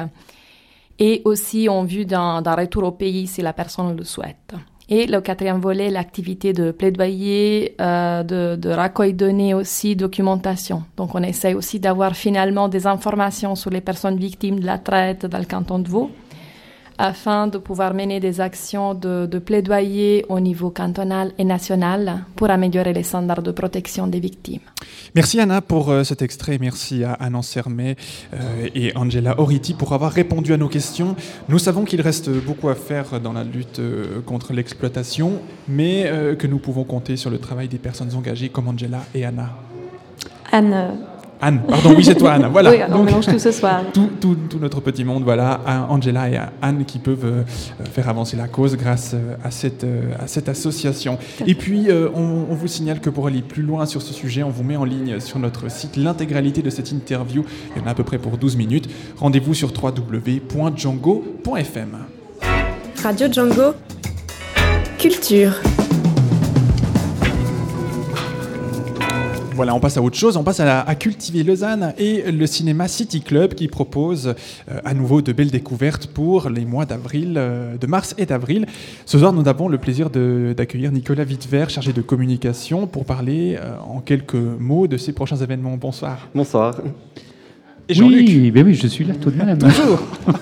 et aussi en vue d'un, d'un retour au pays si la personne le souhaite. Et le quatrième volet, l'activité de plaidoyer, euh, de, de recueil de données aussi, documentation. Donc, on essaie aussi d'avoir finalement des informations sur les personnes victimes de la traite dans le canton de Vaud, afin de pouvoir mener des actions de, de plaidoyer au niveau cantonal et national pour améliorer les standards de protection des victimes. Merci Anna pour euh, cet extrait, merci à Anne Ansermet euh, et Angela Oriti pour avoir répondu à nos questions. Nous savons qu'il reste beaucoup à faire dans la lutte euh, contre l'exploitation, mais euh, que nous pouvons compter sur le travail des personnes engagées comme Angela et Anna. Anne... Euh... Anne, pardon, oui, c'est toi, Anne. Voilà. Oui, on Donc, mélange tout ce soir. Tout, tout, tout notre petit monde, voilà, Angela et Anne qui peuvent euh, faire avancer la cause grâce euh, à, cette, euh, à cette association. Et puis, euh, on, on vous signale que pour aller plus loin sur ce sujet, on vous met en ligne sur notre site l'intégralité de cette interview. Il y en a à peu près pour douze minutes. Rendez-vous sur w w w point django point f m. Radio Django, culture. Voilà, on passe à autre chose, on passe à, la, à Cultiver Lausanne et le cinéma City Club qui propose euh, à nouveau de belles découvertes pour les mois d'avril, euh, de mars et d'avril. Ce soir, nous avons le plaisir de, d'accueillir Nicolas Wittwer, chargé de communication, pour parler euh, en quelques mots de ces prochains événements. Bonsoir. Bonsoir. Et Jean-Luc. Oui, ben oui, je suis là tout de même. Bonjour.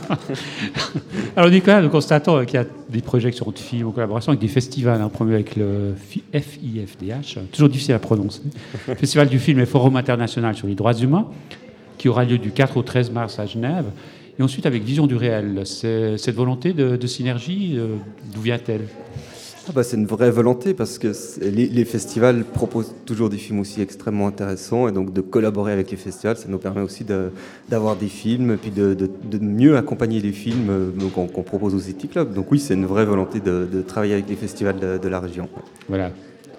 Alors Nicolas, nous constatons qu'il y a des projections de films en collaboration avec des festivals, en premier avec le F I F D H, toujours difficile à prononcer, Festival du film et Forum international sur les droits humains, qui aura lieu du quatre au treize mars à Genève, et ensuite avec Vision du réel. C'est, cette volonté de, de synergie, euh, d'où vient-elle ? Ah bah c'est une vraie volonté parce que les, les festivals proposent toujours des films aussi extrêmement intéressants et donc de collaborer avec les festivals, ça nous permet aussi de, d'avoir des films et puis de, de, de mieux accompagner les films donc qu'on, qu'on propose au City Club. Donc oui, c'est une vraie volonté de, de travailler avec les festivals de, de la région. Voilà.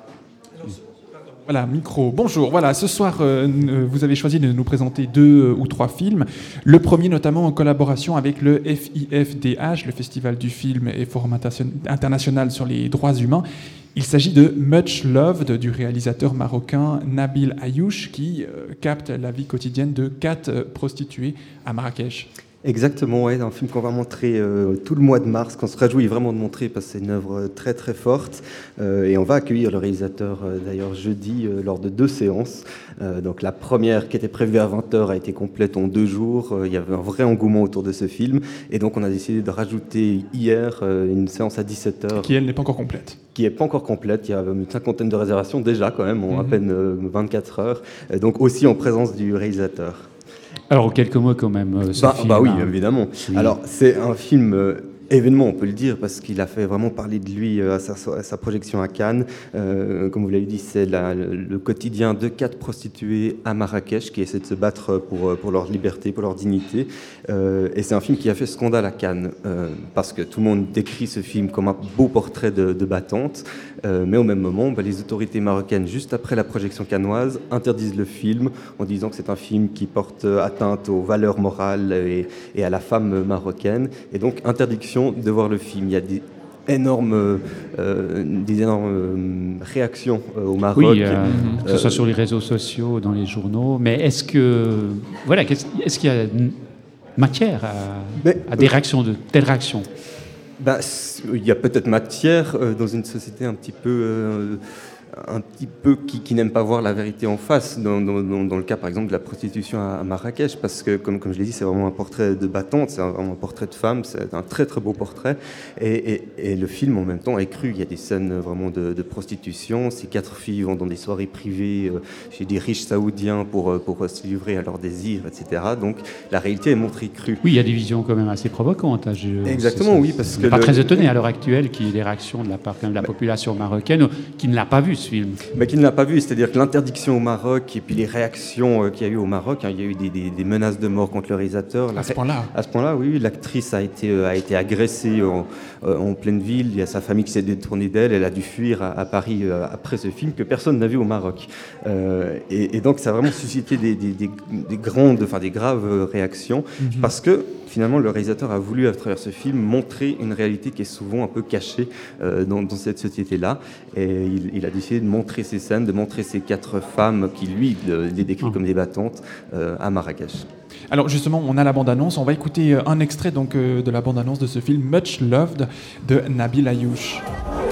Voilà, micro. Bonjour. Voilà, ce soir, euh, vous avez choisi de nous présenter deux euh, ou trois films. Le premier, notamment en collaboration avec le F I F D H, le Festival du film et Forum international sur les droits humains. Il s'agit de Much Loved du réalisateur marocain Nabil Ayouch qui euh, capte la vie quotidienne de quatre euh, prostituées à Marrakech. Exactement, ouais, un film qu'on va montrer euh, tout le mois de mars, qu'on se réjouit vraiment de montrer parce que c'est une œuvre très très forte. Euh, et on va accueillir le réalisateur euh, d'ailleurs jeudi euh, lors de deux séances. Euh, donc la première qui était prévue à vingt heures a été complète en deux jours. Euh, il y avait un vrai engouement autour de ce film. Et donc on a décidé de rajouter hier euh, une séance à dix-sept heures. Qui elle n'est pas encore complète. Qui n'est pas encore complète. Il y a une cinquantaine de réservations déjà quand même, en mm-hmm. à peine euh, vingt-quatre heures. Euh, donc aussi en présence du réalisateur. Alors, quelques mots quand même, ce bah, film. Bah oui, évidemment. Oui. Alors, c'est un film euh, événement, on peut le dire, parce qu'il a fait vraiment parler de lui euh, à, sa, à sa projection à Cannes. Euh, comme vous l'avez dit, c'est la, le quotidien de quatre prostituées à Marrakech qui essaient de se battre pour, pour leur liberté, pour leur dignité. Euh, et c'est un film qui a fait scandale à Cannes, euh, parce que tout le monde décrit ce film comme un beau portrait de, de battante. Euh, mais au même moment, bah, les autorités marocaines, juste après la projection cannoise, interdisent le film en disant que c'est un film qui porte atteinte aux valeurs morales et, et à la femme marocaine. Et donc, interdiction de voir le film. Il y a des énormes, euh, des énormes réactions euh, au Maroc. Oui, euh, que ce soit sur les réseaux sociaux, dans les journaux. Mais est-ce que, voilà, est-ce qu'il y a matière à, mais, à des réactions, de telles réactions ? Bah, il y a peut-être matière euh, dans une société un petit peu, euh, un petit peu qui, qui n'aime pas voir la vérité en face, dans, dans, dans le cas par exemple de la prostitution à, à Marrakech, parce que comme, comme je l'ai dit, c'est vraiment un portrait de battante, c'est un, vraiment un portrait de femme, c'est un très très beau portrait, et, et, et le film en même temps est cru, il y a des scènes vraiment de, de prostitution, ces quatre filles vont dans des soirées privées euh, chez des riches saoudiens pour, pour se livrer à leurs désirs, et cetera. Donc la réalité est montrée crue. Oui, il y a des visions quand même assez provocantes. Hein, je, Exactement, oui, parce que... pas le... très étonné à l'heure actuelle qu'il y ait des réactions de la part de la population marocaine qui ne l'a pas vu. Film. Mais qui ne l'a pas vu, c'est-à-dire que l'interdiction au Maroc et puis les réactions euh, qu'il y a eu au Maroc, hein, il y a eu des, des, des menaces de mort contre le réalisateur. À ce point-là À ce point-là, oui, l'actrice a été, euh, a été agressée en, euh, en pleine ville, il y a sa famille qui s'est détournée d'elle, elle a dû fuir à, à Paris euh, après ce film que personne n'a vu au Maroc. Euh, et, et donc ça a vraiment suscité des, des, des, des grandes, enfin des graves réactions, mm-hmm. parce que finalement, le réalisateur a voulu, à travers ce film, montrer une réalité qui est souvent un peu cachée euh, dans, dans cette société-là. Et il, il a décidé de montrer ces scènes, de montrer ces quatre femmes qui, lui, les décrit mmh. comme des battantes euh, à Marrakech. Alors justement, on a la bande-annonce. On va écouter un extrait donc, euh, de la bande-annonce de ce film, Much Loved, de Nabil Ayouch.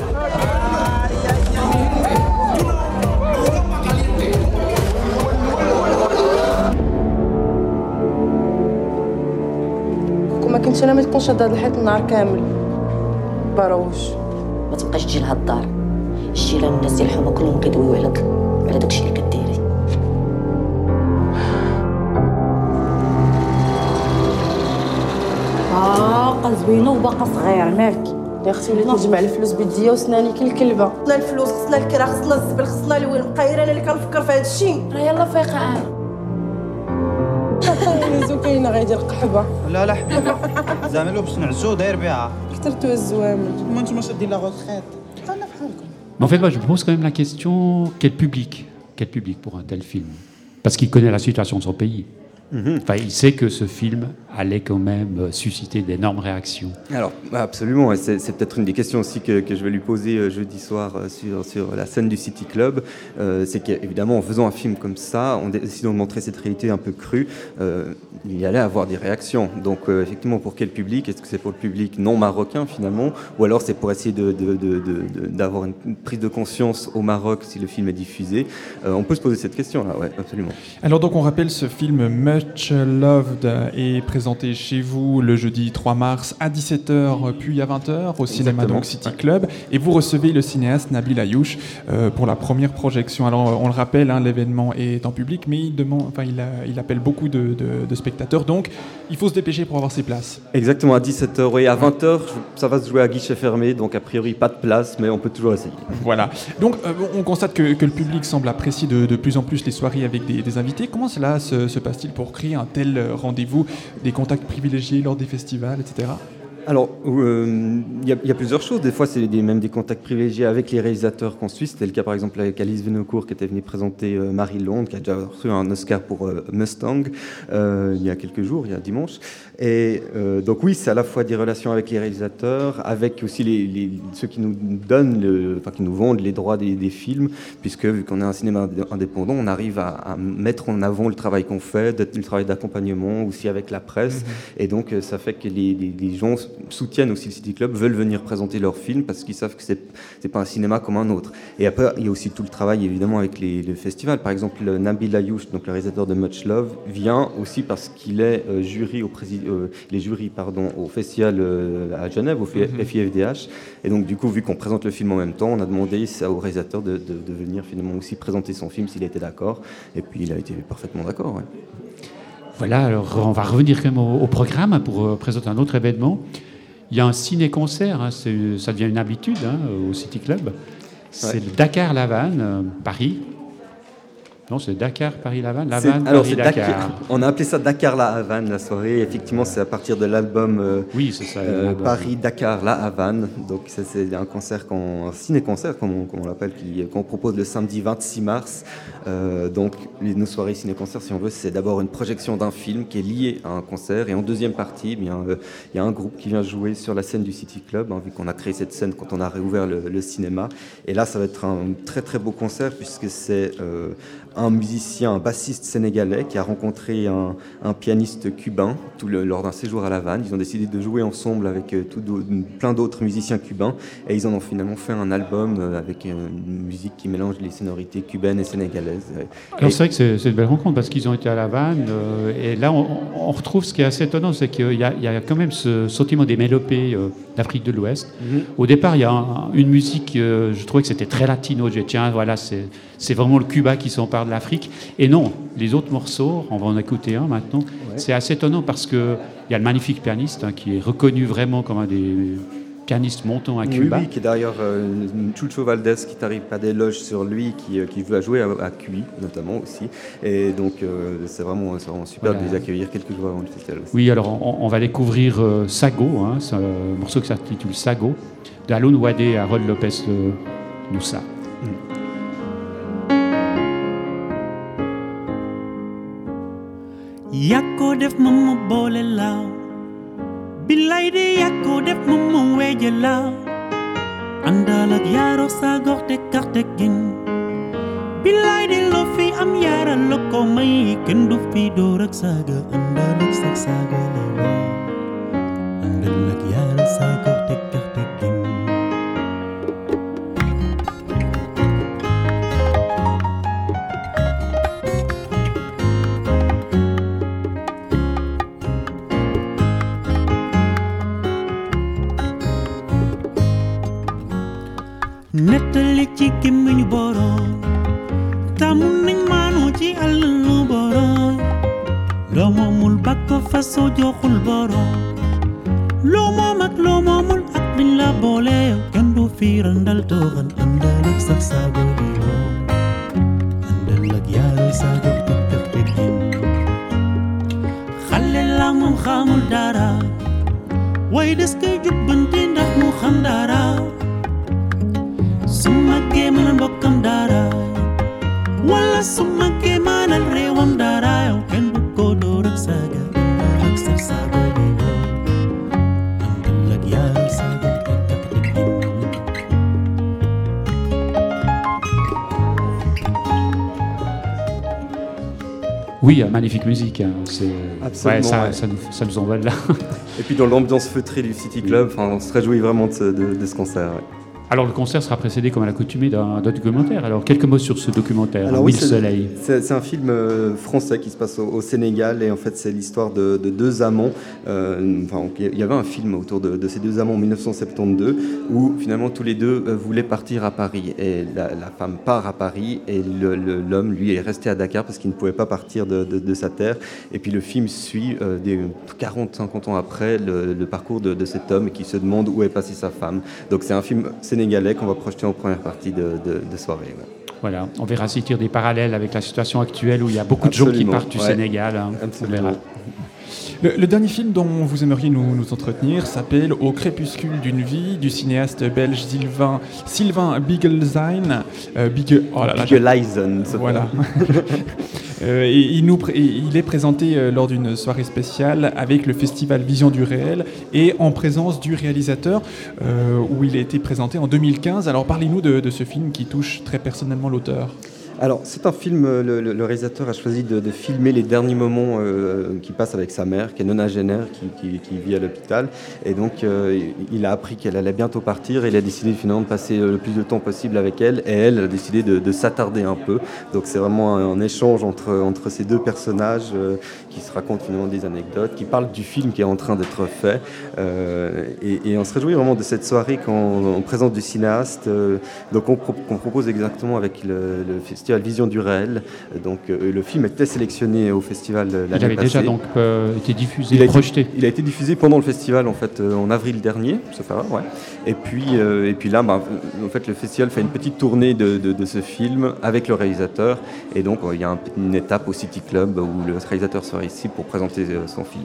ما كنتش انا ما تكونش هاد الحيط النهار كامل باروش ما تبقاش تجي لهاد الدار جي لها الناس ديال الحومه كلهم كيدويو عليك على داكشي اللي كديري باقا زوينه وباقا صغير مالك يا اختي وليت نجمع الفلوس بيديا وسناني كي الكلبه خصنا الفلوس خصنا الكرا خصنا الزبل خصنا الوين مقايره انا اللي كنفكر في هذا الشيء راه يلا فايقه عاد زوكاينه غيدير قحبه لا لا حبيبه زعما لو باش نعزو داير بها كثرتو الزوامل ما نتوما شادين لا غوتخيت بقالنا بحالكم. En fait, moi, je me pose quand même la question, quel public, quel public pour un tel film? Parce qu'il connaît la situation de son pays. Mmh. Enfin, il sait que ce film allait quand même susciter d'énormes réactions. Alors, absolument, et c'est, c'est peut-être une des questions aussi que, que je vais lui poser euh, jeudi soir euh, sur, sur la scène du City Club. Euh, c'est qu'évidemment, en faisant un film comme ça, en décidant de montrer cette réalité un peu crue, euh, il y allait avoir des réactions. Donc, euh, effectivement, pour quel public? Est-ce que c'est pour le public non marocain, finalement? Ou alors c'est pour essayer de, de, de, de, de, d'avoir une prise de conscience au Maroc si le film est diffusé? euh, On peut se poser cette question-là, ouais, absolument. Alors, donc, on rappelle ce film Much Loved est présenté chez vous le jeudi trois mars à dix-sept heures puis à vingt heures au cinéma donc City Club, et vous recevez le cinéaste Nabil Ayouch euh, pour la première projection. Alors on le rappelle, hein, l'événement est en public, mais il, demande, enfin, il, a, il appelle beaucoup de, de, de spectateurs, donc il faut se dépêcher pour avoir ses places. Exactement, à dix-sept heures, et à vingt heures ça va se jouer à guichet fermé, donc a priori pas de place, mais on peut toujours essayer. Voilà, donc euh, on constate que, que le public semble apprécier de, de plus en plus les soirées avec des, des invités. Comment cela se, se passe-t-il pour créer un tel rendez-vous, des contacts privilégiés lors des festivals, et cetera? Alors, il euh, y, y a plusieurs choses. Des fois, c'est des, même des contacts privilégiés avec les réalisateurs qu'on suit. C'était le cas, par exemple, avec Alice Venocourt, qui était venue présenter euh, Marie Londres, qui a déjà reçu un Oscar pour euh, Mustang euh, il y a quelques jours, il y a dimanche. Et euh, donc oui, c'est à la fois des relations avec les réalisateurs, avec aussi les, les, ceux qui nous donnent, le, enfin qui nous vendent les droits des, des films, puisque vu qu'on est un cinéma indépendant, on arrive à, à mettre en avant le travail qu'on fait, le travail d'accompagnement aussi avec la presse. Mmh. Et donc ça fait que les, les, les gens soutiennent aussi le City Club, veulent venir présenter leurs films parce qu'ils savent que c'est c'est pas un cinéma comme un autre. Et après, il y a aussi tout le travail évidemment avec les, les festivals. Par exemple, Nabil Ayouch, donc le réalisateur de Much Love, vient aussi parce qu'il est euh, jury au président. Euh, les jurys pardon, au festival euh, à Genève, au F I F D H. Et donc, du coup, vu qu'on présente le film en même temps, on a demandé au réalisateur de, de, de venir finalement aussi présenter son film s'il était d'accord. Et puis, il a été parfaitement d'accord. Ouais. Voilà, alors on va revenir quand même au, au programme pour euh, présenter un autre événement. Il y a un ciné-concert, hein, c'est, ça devient une habitude hein, au City Club. C'est ouais. le Dakar-La-Havane, euh, Paris. Non, c'est Dakar, Paris, La Havane, La Havane, alors, Paris, c'est Dakar. Dakar. On a appelé ça Dakar, La Havane, la soirée. Effectivement, c'est à partir de l'album euh, oui, c'est ça, euh, Paris, Dakar, La Havane. Donc, ça, c'est un concert, un ciné-concert, comme on, comme on l'appelle, qui, qu'on propose le samedi vingt-six mars. Euh, donc, les, nos soirées ciné-concerts, si on veut, c'est d'abord une projection d'un film qui est lié à un concert. Et en deuxième partie, eh bien, euh, il y a un groupe qui vient jouer sur la scène du City Club, hein, vu qu'on a créé cette scène quand on a réouvert le, le cinéma. Et là, ça va être un très, très beau concert, puisque c'est euh, un musicien, un bassiste sénégalais qui a rencontré un, un pianiste cubain tout le, lors d'un séjour à La Havane. Ils ont décidé de jouer ensemble avec euh, tout plein d'autres musiciens cubains et ils en ont finalement fait un album euh, avec une musique qui mélange les sonorités cubaines et sénégalaises. Alors et... c'est vrai que c'est, c'est une belle rencontre parce qu'ils ont été à La Havane euh, et là on, on retrouve ce qui est assez étonnant, c'est qu'il y a, il y a quand même ce sentiment des mélopées euh, d'Afrique de l'Ouest. Mm-hmm. Au départ, il y a un, une musique, euh, je trouvais que c'était très latino. Je disais, tiens, voilà, c'est, c'est vraiment le Cuba qui s'empare de l'Afrique. Et non, les autres morceaux, on va en écouter un maintenant, ouais. C'est assez étonnant parce qu'il y a le magnifique pianiste hein, qui est reconnu vraiment comme un des pianistes montants à Cuba. Oui, oui, qui est d'ailleurs euh, Chucho Valdés, qui t'arrive pas d'éloge sur lui, qui, euh, qui veut jouer à, à Q I notamment aussi. Et donc euh, c'est, vraiment, c'est vraiment super voilà. de les accueillir quelques jours avant le festival aussi. Oui, alors on, on va découvrir euh, Sago, hein, c'est un morceau qui s'intitule Sago, d'Aloun Wadé et Harold Lopez euh, Noussa. Mm. Yakko def mama boole la bilay de yakko def mama weje la andal ak yaro sa gox te carte gin bilay de lo fi am yara lo ko may ken du fi door ak saga andal ak sa saga la andal ak yaro sa gox te carte gin nettali ci gémmiñu borom tamu nañ maanu ci àllalu borom loo moomul bakko faso joxul borom loo moom ak loo moomul ak biñ la boole yow kenn du fi randal tooxan àndal ak sax saago di woo àndal ak yaaro saago teg teg tegin xale la moom xamul dara way des koy jubbanti ndax mu xam dara suma kemanal bokkam dara wala suma kemanal réewam dara yow kenn du ko door Oui, magnifique musique. Hein. C'est... Absolument. Ouais, ça, ouais. Ça, nous, ça nous envole là. Et puis dans l'ambiance feutrée du City Club, on se réjouit vraiment de ce, de, de ce concert. Ouais. Alors le concert sera précédé comme à l'accoutumée d'un, d'un documentaire. Alors quelques mots sur ce documentaire, Alors, Mille oui, c'est, Soleils. C'est, c'est un film euh, français qui se passe au, au Sénégal et en fait c'est l'histoire de, de deux amants. Euh, enfin, il y avait un film autour de, de ces deux amants en dix-neuf cent soixante-douze où finalement tous les deux euh, voulaient partir à Paris et la, la femme part à Paris et le, le, l'homme lui est resté à Dakar parce qu'il ne pouvait pas partir de, de, de sa terre. Et puis le film suit euh, des quarante à cinquante ans après le, le parcours de, de cet homme qui se demande où est passée sa femme. Donc c'est un film sénégalais qu'on va projeter en première partie de, de, de soirée. Ouais. Voilà, on verra s'y tire des parallèles avec la situation actuelle où il y a beaucoup Absolument, de gens qui partent du ouais. Sénégal. Hein, on verra. Le, le dernier film dont vous aimeriez nous, nous entretenir s'appelle Au crépuscule d'une vie, du cinéaste belge Sylvain, Sylvain Biggelsen. Euh, Bigge, oh là là, Biggelsen, voilà. euh, et il, nous, il est présenté euh, lors d'une soirée spéciale avec le festival Vision du réel et en présence du réalisateur euh, où il a été présenté en deux mille quinze. Alors parlez-nous de, de ce film qui touche très personnellement l'auteur. Alors, c'est un film, le, le, le réalisateur a choisi de, de filmer les derniers moments euh, qu'il passe avec sa mère, qui est nonagénaire, qui, qui, qui vit à l'hôpital. Et donc, euh, il a appris qu'elle allait bientôt partir et il a décidé finalement de passer le plus de temps possible avec elle. Et elle a décidé de, de s'attarder un peu. Donc, c'est vraiment un, un échange entre, entre ces deux personnages euh, qui se racontent finalement des anecdotes, qui parlent du film qui est en train d'être fait. Euh, et, et on se réjouit vraiment de cette soirée quand on, on présente du cinéaste. Euh, donc, on, pro- on propose exactement avec le, le festival Vision du réel. Donc euh, le film était sélectionné au festival l'année passée. Il avait déjà donc euh, été diffusé, il a projeté. Été, il a été diffusé pendant le festival en fait euh, en avril dernier, ça fait ouais. Et puis euh, et puis là, bah, en fait le festival fait une petite tournée de, de, de ce film avec le réalisateur. Et donc euh, il y a un, une étape au City Club où le réalisateur sera ici pour présenter euh, son film.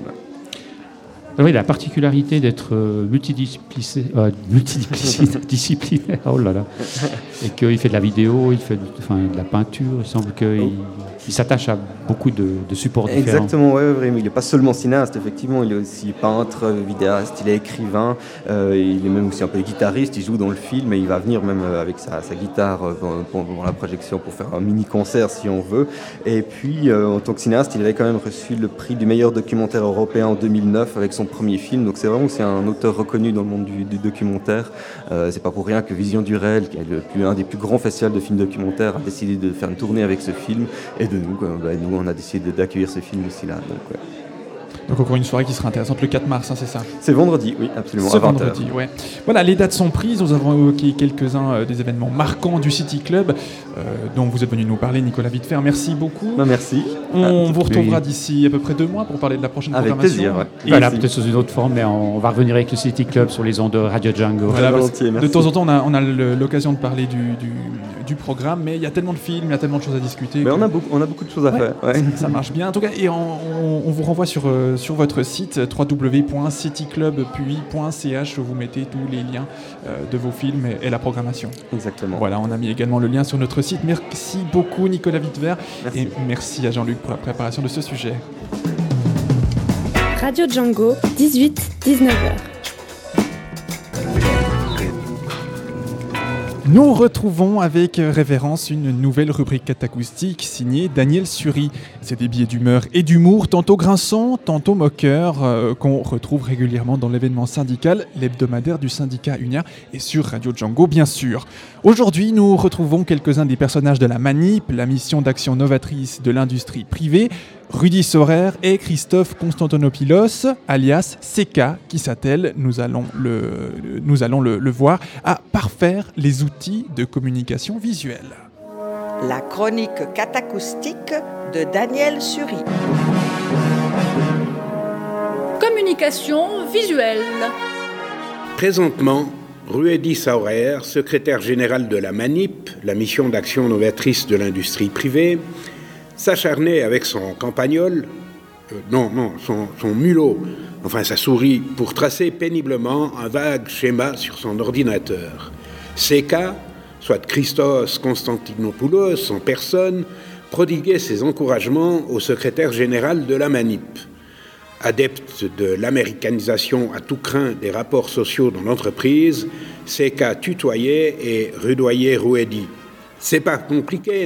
Oui, la particularité d'être euh, multidisciplinaire, euh, multidisciplinaire, oh là là, et qu'il fait de la vidéo, il fait de, enfin, de la peinture, il semble qu'il oh. il s'attache à beaucoup de, de supports différents. Exactement, oui, ouais, il n'est pas seulement cinéaste, effectivement, il est aussi peintre, vidéaste, il est écrivain, euh, il est même aussi un peu guitariste, il joue dans le film et il va venir même avec sa, sa guitare pendant la projection pour faire un mini-concert si on veut. Et puis, euh, en tant que cinéaste, il avait quand même reçu le prix du meilleur documentaire européen en deux mille neuf avec son premier film, donc c'est vraiment aussi un auteur reconnu dans le monde du, du documentaire. Euh, c'est pas pour rien que Vision du réel, qui est le plus, un des plus grands festivals de films documentaires, a décidé de faire une tournée avec ce film, et de nous, bah, nous on a décidé d'accueillir ce film aussi là. Donc, ouais. Donc encore une soirée qui sera intéressante le quatre mars, hein, c'est ça ? C'est vendredi, oui, absolument. Ce à vingt heures. vendredi, ouais. Voilà, les dates sont prises. Nous avons évoqué quelques-uns euh, des événements marquants du City Club, euh, dont vous êtes venu nous parler, Nicolas Vitfer. Merci beaucoup. Ben, merci. On ah, vous retrouvera oui. d'ici à peu près deux mois pour parler de la prochaine avec programmation. Plaisir, ouais. Et voilà, peut-être sous une autre forme, mais on va revenir avec le City Club sur les ondes de Radio Django. Voilà, de temps en temps, on a, on a l'occasion de parler du, du, du programme, mais il y a tellement de films, il y a tellement de choses à discuter. Mais que... on, a beaucoup, on a beaucoup de choses à ouais, faire. Ouais. Ça, ça marche bien. En tout cas, et on, on, on vous renvoie sur, euh, sur votre site w w w point city club puy point c h où vous mettez tous les liens euh, de vos films et, et la programmation. Exactement. Voilà, on a mis également le lien sur notre site. Merci beaucoup Nicolas Vitver et merci à Jean-Luc pour la préparation de ce sujet. Radio Django, dix-huit à dix-neuf heures. Nous retrouvons avec révérence une nouvelle rubrique catacoustique signée Daniel Sury. C'est des billets d'humeur et d'humour, tantôt grinçants, tantôt moqueurs, euh, qu'on retrouve régulièrement dans l'événement syndical, l'hebdomadaire du syndicat Unia, et sur Radio Django, bien sûr. Aujourd'hui, nous retrouvons quelques-uns des personnages de la MANIP, la mission d'action novatrice de l'industrie privée, Rudy Sorer et Christophe Constantinopoulos, alias C K, qui s'attelle, nous allons, le, nous allons le, le voir, à parfaire les outils de communication visuelle. La chronique catacoustique de Daniel Sury. Communication visuelle. Présentement, Ruedi Saurer, secrétaire général de la MANIP, la mission d'action novatrice de l'industrie privée, s'acharnait avec son campagnol, euh, non, non, son, son mulot, enfin sa souris, pour tracer péniblement un vague schéma sur son ordinateur. C K, soit Christos Constantinopoulos en personne, prodiguait ses encouragements au secrétaire général de la MANIP. Adepte de l'américanisation à tout crin des rapports sociaux dans l'entreprise, C K tutoyait et rudoyait Ruedi. « C'est pas compliqué, non ?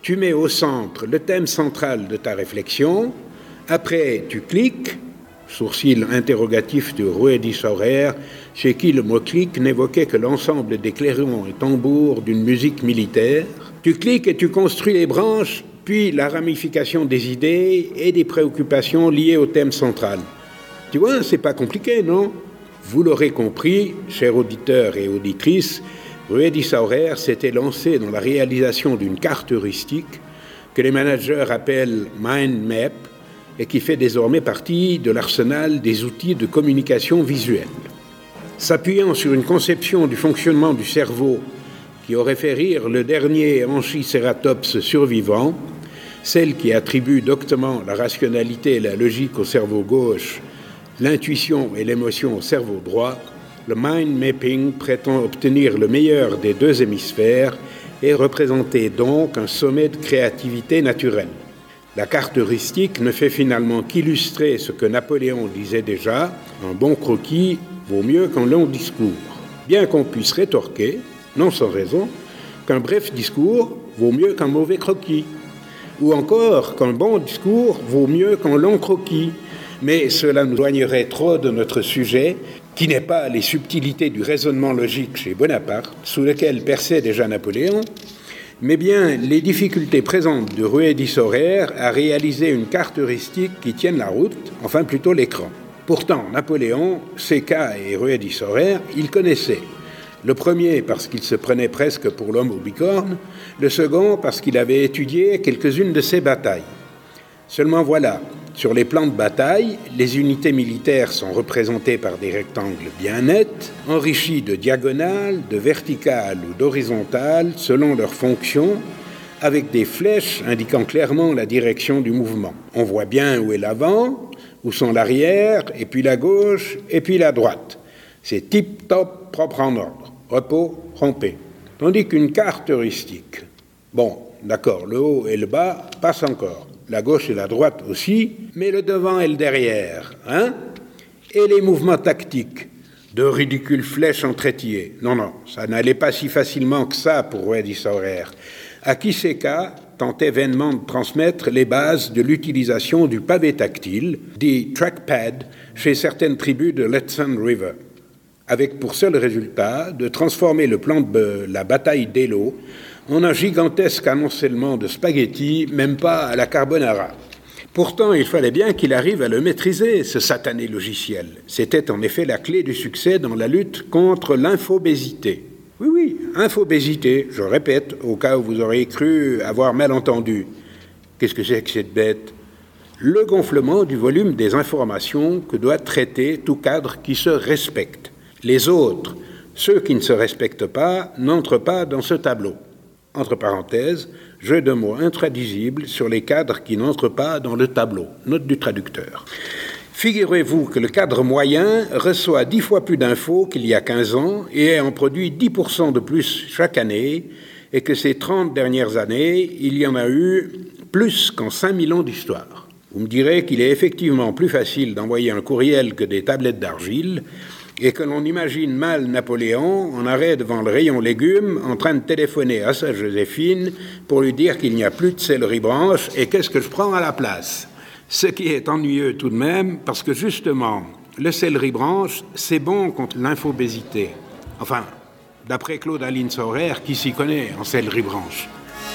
Tu mets au centre le thème central de ta réflexion. Après, tu cliques, sourcil interrogatif de Ruedi Saurer, chez qui le mot clic n'évoquait que l'ensemble des clairons et tambours d'une musique militaire. Tu cliques et tu construis les branches, puis la ramification des idées et des préoccupations liées au thème central. Tu vois, c'est pas compliqué, non? Vous l'aurez compris, chers auditeurs et auditrices, Ruedi Saurer s'était lancé dans la réalisation d'une carte heuristique que les managers appellent Mind Map et qui fait désormais partie de l'arsenal des outils de communication visuelle. S'appuyant sur une conception du fonctionnement du cerveau qui aurait fait rire le dernier Anchisceratops survivant, celle qui attribue doctement la rationalité et la logique au cerveau gauche, l'intuition et l'émotion au cerveau droit, le mind mapping prétend obtenir le meilleur des deux hémisphères et représenter donc un sommet de créativité naturelle. La carte heuristique ne fait finalement qu'illustrer ce que Napoléon disait déjà, un bon croquis vaut mieux qu'un long discours. Bien qu'on puisse rétorquer, non sans raison, qu'un bref discours vaut mieux qu'un mauvais croquis, ou encore qu'un bon discours vaut mieux qu'un long croquis. Mais cela nous éloignerait trop de notre sujet, qui n'est pas les subtilités du raisonnement logique chez Bonaparte, sous lequel perçait déjà Napoléon, mais bien les difficultés présentes de Ruedi Saurer à réaliser une carte heuristique qui tienne la route, enfin plutôt l'écran. Pourtant, Napoléon, C K et Ruedi Saurer, ils connaissaient. Le premier parce qu'il se prenait presque pour l'homme aux bicornes, le second parce qu'il avait étudié quelques-unes de ses batailles. Seulement voilà, sur les plans de bataille, les unités militaires sont représentées par des rectangles bien nets, enrichis de diagonales, de verticales ou d'horizontales selon leur fonction, avec des flèches indiquant clairement la direction du mouvement. On voit bien où est l'avant, où sont l'arrière, et puis la gauche, et puis la droite. C'est tip-top, propre en ordre. Repos, rompé. Tandis qu'une carte heuristique, bon, d'accord, le haut et le bas passent encore. La gauche et la droite aussi, mais le devant et le derrière, hein? Et les mouvements tactiques, de ridicules flèches en trétier. Non, non, ça n'allait pas si facilement que ça pour Ruedi Saurer, à qui C K tentait vainement de transmettre les bases de l'utilisation du pavé tactile, dit trackpad, chez certaines tribus de l'Hudson River, avec pour seul résultat de transformer le plan de la bataille d'Eylau en un gigantesque amoncellement de spaghettis, même pas à la carbonara. Pourtant, il fallait bien qu'il arrive à le maîtriser, ce satané logiciel. C'était en effet la clé du succès dans la lutte contre l'infobésité. Oui, oui, infobésité, je répète, au cas où vous auriez cru avoir mal entendu. Qu'est-ce que c'est que cette bête? Le gonflement du volume des informations que doit traiter tout cadre qui se respecte. Les autres, ceux qui ne se respectent pas, n'entrent pas dans ce tableau. Entre parenthèses, jeu de mots intraduisibles sur les cadres qui n'entrent pas dans le tableau. Note du traducteur. Figurez-vous que le cadre moyen reçoit dix fois plus d'infos qu'il y a quinze ans et en produit dix pour cent de plus chaque année, et que ces trente dernières années, il y en a eu plus qu'en cinq mille ans d'histoire. Vous me direz qu'il est effectivement plus facile d'envoyer un courriel que des tablettes d'argile, et que l'on imagine mal Napoléon en arrêt devant le rayon légumes en train de téléphoner à sa Joséphine pour lui dire qu'il n'y a plus de céleri branche et qu'est-ce que je prends à la place. Ce qui est ennuyeux tout de même, parce que justement, le céleri branche, c'est bon contre l'infobésité. Enfin, d'après Claude Aline Saurer, qui s'y connaît en céleri branche.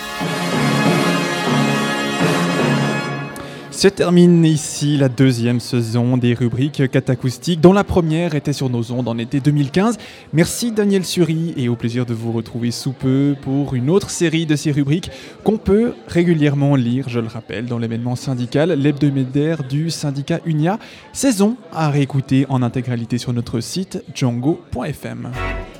Se termine ici la deuxième saison des rubriques catacoustiques, dont la première était sur nos ondes en été deux mille quinze. Merci Daniel Sury et au plaisir de vous retrouver sous peu pour une autre série de ces rubriques qu'on peut régulièrement lire, je le rappelle, dans l'événement syndical, l'hebdomadaire du syndicat Unia. Saison à réécouter en intégralité sur notre site django point f m.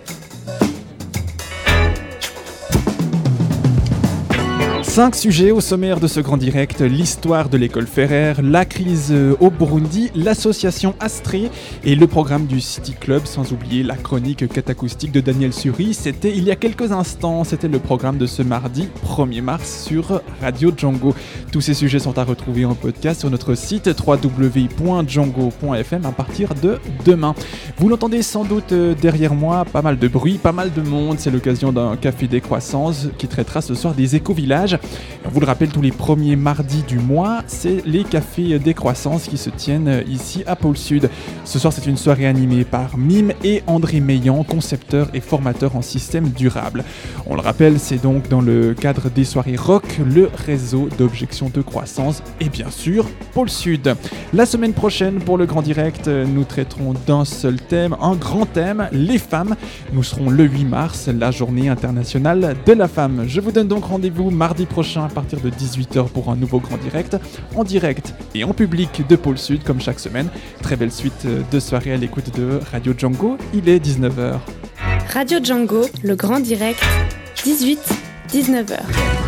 Cinq sujets au sommaire de ce grand direct: l'histoire de l'école Ferrer, la crise au Burundi, l'association Astrée et le programme du City Club, sans oublier la chronique catacoustique de Daniel Sury. C'était il y a quelques instants, c'était le programme de ce mardi premier mars sur Radio Django. Tous ces sujets sont à retrouver en podcast sur notre site w w w point django point f m à partir de demain. Vous l'entendez sans doute derrière moi, pas mal de bruit, pas mal de monde. C'est l'occasion d'un café des croissances qui traitera ce soir des éco-villages. On vous le rappelle, tous les premiers mardis du mois, c'est les cafés Décroissance qui se tiennent ici à Pôle Sud. Ce soir, c'est une soirée animée par Mime et André Meillan, concepteur et formateur en système durable. On le rappelle, c'est donc dans le cadre des soirées rock, le réseau d'objection de croissance et bien sûr Pôle Sud. La semaine prochaine, pour le Grand Direct, nous traiterons d'un seul thème, un grand thème, les femmes. Nous serons le huit mars, la journée internationale de la femme. Je vous donne donc rendez-vous mardi prochain à partir de dix-huit heures pour un nouveau Grand Direct, en direct et en public de Pôle Sud comme chaque semaine. Très belle suite de soirée à l'écoute de Radio Django, il est dix-neuf heures. Radio Django, le Grand Direct, dix-huit dix-neuf heures.